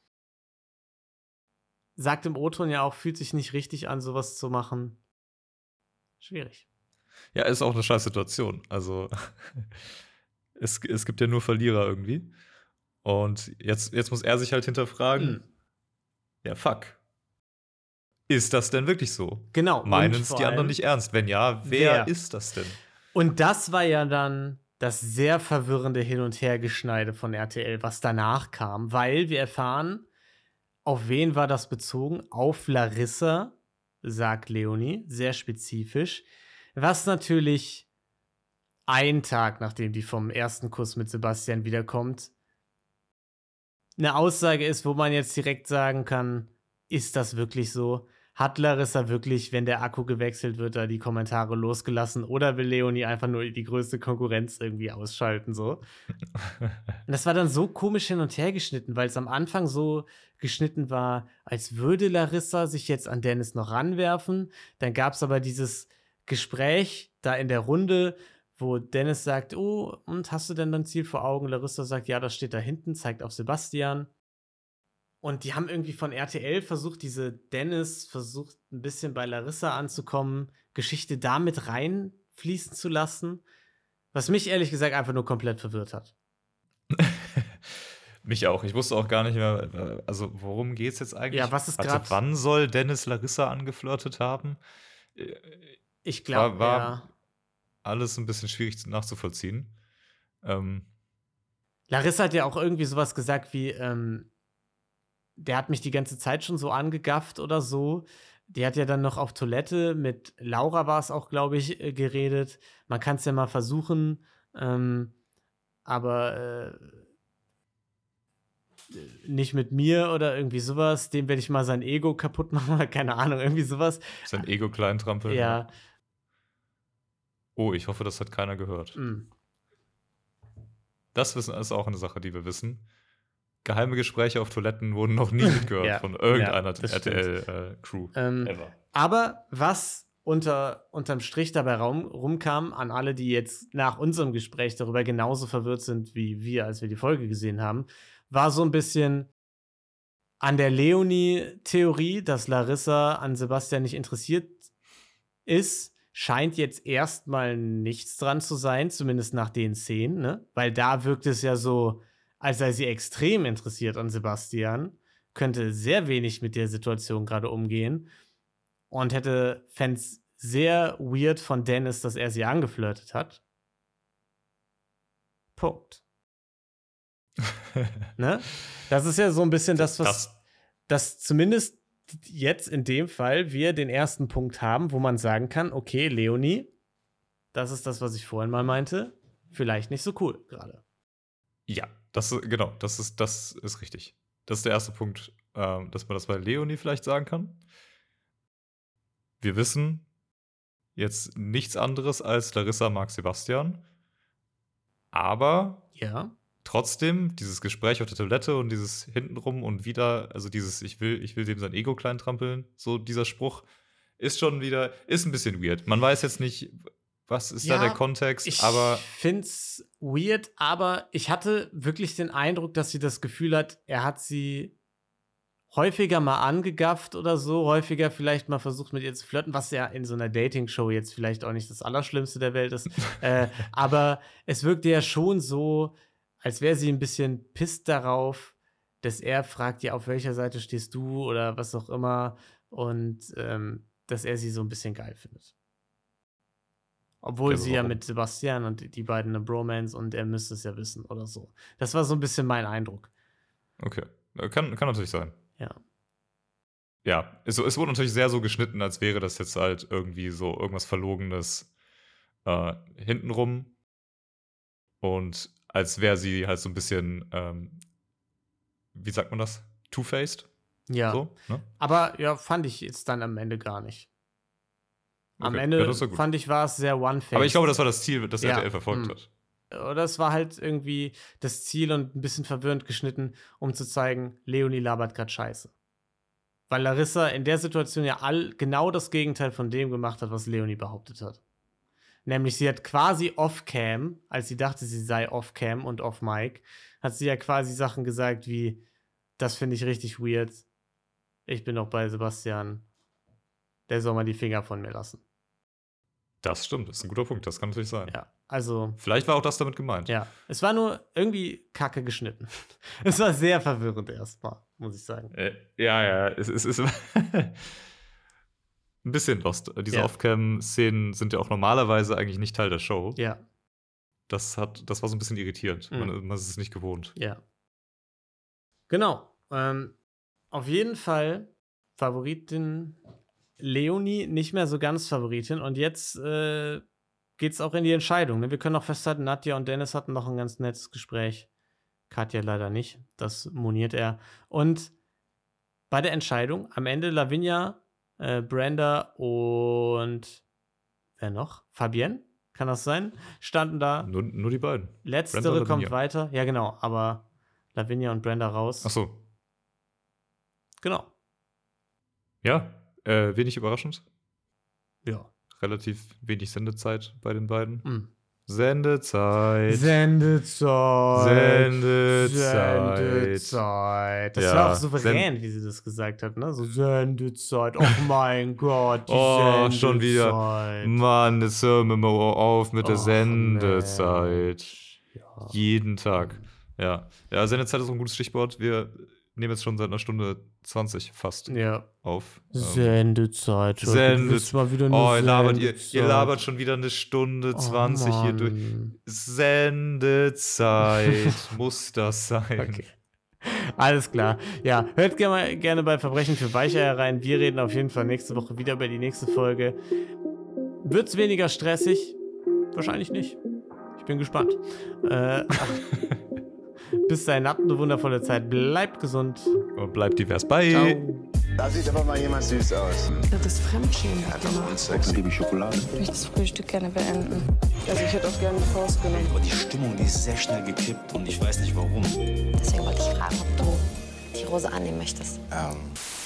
Sagt im O-Ton ja auch, fühlt sich nicht richtig an, sowas zu machen. Schwierig. Ja, ist auch eine scheiß Situation. Also, es, es gibt ja nur Verlierer irgendwie. Und jetzt, jetzt muss er sich halt hinterfragen, Mhm. ja, fuck. Ist das denn wirklich so? Genau. Meinen und es vor die anderen allem- nicht ernst? Wenn ja, wer, Wer? ist das denn? Und das war ja dann das sehr verwirrende Hin- und Hergeschneide von R T L, was danach kam, weil wir erfahren, auf wen war das bezogen? Auf Larissa, sagt Leonie, sehr spezifisch. Was natürlich ein Tag, nachdem die vom ersten Kuss mit Sebastian wiederkommt, eine Aussage ist, wo man jetzt direkt sagen kann, ist das wirklich so? hat Larissa wirklich, wenn der Akku gewechselt wird, da die Kommentare losgelassen oder will Leonie einfach nur die größte Konkurrenz irgendwie ausschalten, so. Und das war dann so komisch hin und her geschnitten, weil es am Anfang so geschnitten war, als würde Larissa sich jetzt an Dennis noch ranwerfen. Dann gab es aber dieses Gespräch da in der Runde, wo Dennis sagt, oh, und hast du denn dein Ziel vor Augen? Larissa sagt, ja, das steht da hinten, zeigt auf Sebastian. Und die haben irgendwie von R T L versucht, diese Dennis versucht ein bisschen bei Larissa anzukommen, Geschichte damit reinfließen zu lassen, was mich ehrlich gesagt einfach nur komplett verwirrt hat. Mich auch. Ich wusste auch gar nicht mehr, also worum geht's jetzt eigentlich? Ja, was ist Also grad- wann soll Dennis Larissa angeflirtet haben? Ich glaube, War- war- ja. Alles ein bisschen schwierig nachzuvollziehen. Ähm, Larissa hat ja auch irgendwie sowas gesagt wie, ähm, der hat mich die ganze Zeit schon so angegafft oder so. Die hat ja dann noch auf Toilette mit Laura war es auch, glaube ich, äh, geredet. Man kann es ja mal versuchen, ähm, aber äh, nicht mit mir oder irgendwie sowas. Dem werde ich mal sein Ego kaputt machen oder keine Ahnung, irgendwie sowas. sein Ego kleintrampeln. Ja, Oh, ich hoffe, das hat keiner gehört. mm. Das wissen ist auch eine Sache, die wir wissen. Geheime Gespräche auf Toiletten wurden noch nie mitgehört Ja, von irgendeiner ja, das R T L-Crew. Ähm, Ever. Aber was unter, unterm Strich dabei raum, rumkam, an alle, die jetzt nach unserem Gespräch darüber genauso verwirrt sind wie wir, als wir die Folge gesehen haben, war so ein bisschen an der Leonie-Theorie, dass Larissa an Sebastian nicht interessiert ist, scheint jetzt erstmal nichts dran zu sein, zumindest nach den Szenen, ne? Weil da wirkt es ja so, als sei sie extrem interessiert an Sebastian, könnte sehr wenig mit der Situation gerade umgehen und hätte fänd's sehr weird von Dennis, dass er sie angeflirtet hat. Punkt. Ne? Das ist ja so ein bisschen das, was Das, dass zumindest jetzt in dem Fall wir den ersten Punkt haben, wo man sagen kann, okay, Leonie, das ist das, was ich vorhin mal meinte, vielleicht nicht so cool gerade. ja, das genau, das ist, das ist richtig. Das ist der erste Punkt, ähm, dass man das bei Leonie vielleicht sagen kann. Wir wissen jetzt nichts anderes als Larissa mag Sebastian. Aber Ja. trotzdem, dieses Gespräch auf der Toilette und dieses hintenrum und wieder, also dieses, ich will, ich will dem sein Ego klein trampeln, so dieser Spruch, ist schon wieder, ist ein bisschen weird. Man weiß jetzt nicht, was ist Ja, da der Kontext, Ich aber find's weird, aber ich hatte wirklich den Eindruck, dass sie das Gefühl hat, er hat sie häufiger mal angegafft oder so, häufiger vielleicht mal versucht mit ihr zu flirten, was ja in so einer Dating-Show jetzt vielleicht auch nicht das Allerschlimmste der Welt ist. äh, aber es wirkte ja schon so, als wäre sie ein bisschen pisst darauf, dass er fragt, ja, auf welcher Seite stehst du oder was auch immer und ähm, dass er sie so ein bisschen geil findet. Obwohl Also sie ja warum? mit Sebastian und die beiden eine Bromance und er müsste es ja wissen oder so. Das war so ein bisschen mein Eindruck. okay. Kann, kann natürlich sein. Ja. Ja, es, es wurde natürlich sehr so geschnitten, als wäre das jetzt halt irgendwie so irgendwas Verlogenes äh, hintenrum. Und als wäre sie halt so ein bisschen, ähm, wie sagt man das? Two-faced? Ja. So, ne? Aber ja, fand ich jetzt dann am Ende gar nicht. Am Okay. Ende Ja, das ist ja gut. fand ich, war es sehr one-faced. Aber ich glaube, das war das Ziel, das Ja. R T L verfolgt Hm. hat. Oder es war halt irgendwie das Ziel und ein bisschen verwirrend geschnitten, um zu zeigen, Leonie labert gerade Scheiße. Weil Larissa in der Situation ja all, genau das Gegenteil von dem gemacht hat, was Leonie behauptet hat. Nämlich, sie hat quasi off-cam, als sie dachte, sie sei off-cam und off-mic, hat sie ja quasi Sachen gesagt wie, das finde ich richtig weird, ich bin doch bei Sebastian, der soll mal die Finger von mir lassen. Das stimmt, das ist ein guter Punkt, das kann natürlich sein. Ja, also, Vielleicht war auch das damit gemeint. ja. Es war nur irgendwie kacke geschnitten. Es war sehr verwirrend erstmal, muss ich sagen. Äh, ja, ja, es, es ist ein bisschen lost. Diese Ja. Off-Cam-Szenen sind ja auch normalerweise eigentlich nicht Teil der Show. Ja, Das, hat, das war so ein bisschen irritierend. Mhm. Man, man ist es nicht gewohnt. ja. Genau. Ähm, auf jeden Fall Favoritin Leonie, nicht mehr so ganz Favoritin. Und jetzt äh, geht's auch in die Entscheidung. Ne? Wir können auch festhalten, Nadja und Dennis hatten noch ein ganz nettes Gespräch. Katja leider nicht. Das moniert er. Und bei der Entscheidung, am Ende Lavinia äh, Brenda und wer noch? Fabienne? Kann das sein? Standen da. Nur, nur die beiden. Letztere Brenda, kommt Lavinia. weiter. Ja, genau, aber Lavinia und Brenda raus. Ach so. Genau. Ja, äh, wenig überraschend. Ja. Relativ wenig Sendezeit bei den beiden. Mhm. Sendezeit. Sendezeit. Sendezeit. Sendezeit. Das Ja, war auch souverän, Sen- wie sie das gesagt hat, ne? So Sendezeit. Oh mein Gott, die Oh, Sendezeit. schon wieder. Mann, jetzt hör mir mal auf mit der Och, Sendezeit. Mensch. Ja. Jeden Tag. Ja. Ja, Sendezeit ist auch ein gutes Stichwort. Wir nehmen jetzt schon seit einer Stunde zwanzig fast Ja. auf. Ähm, Sendezeit. Schatz, du Sendezeit. bist mal wieder eine Oh, ihr labert, ihr, Sendezeit. ihr labert schon wieder eine Stunde Oh, zwanzig hier durch. Mann. Sendezeit. Muss das sein. Okay. Alles klar. Ja, hört gerne, gerne bei Verbrechen für Weicheier rein. Wir reden auf jeden Fall nächste Woche wieder über die nächste Folge. Wird's weniger stressig? Wahrscheinlich nicht. Ich bin gespannt. Äh, bis dahin, habt eine wundervolle Zeit. Bleibt gesund. Und bleibt divers. Bye. Ciao. Da sieht aber mal jemand süß aus. Das ist Fremdschämen. Sex, liebe Schokolade. Ich möchte das Frühstück gerne beenden. Also ich hätte auch gerne eine Faust genommen. Aber die Stimmung, die ist sehr schnell gekippt und ich weiß nicht warum. Deswegen wollte ich fragen, ob du die Rose annehmen möchtest. Ähm,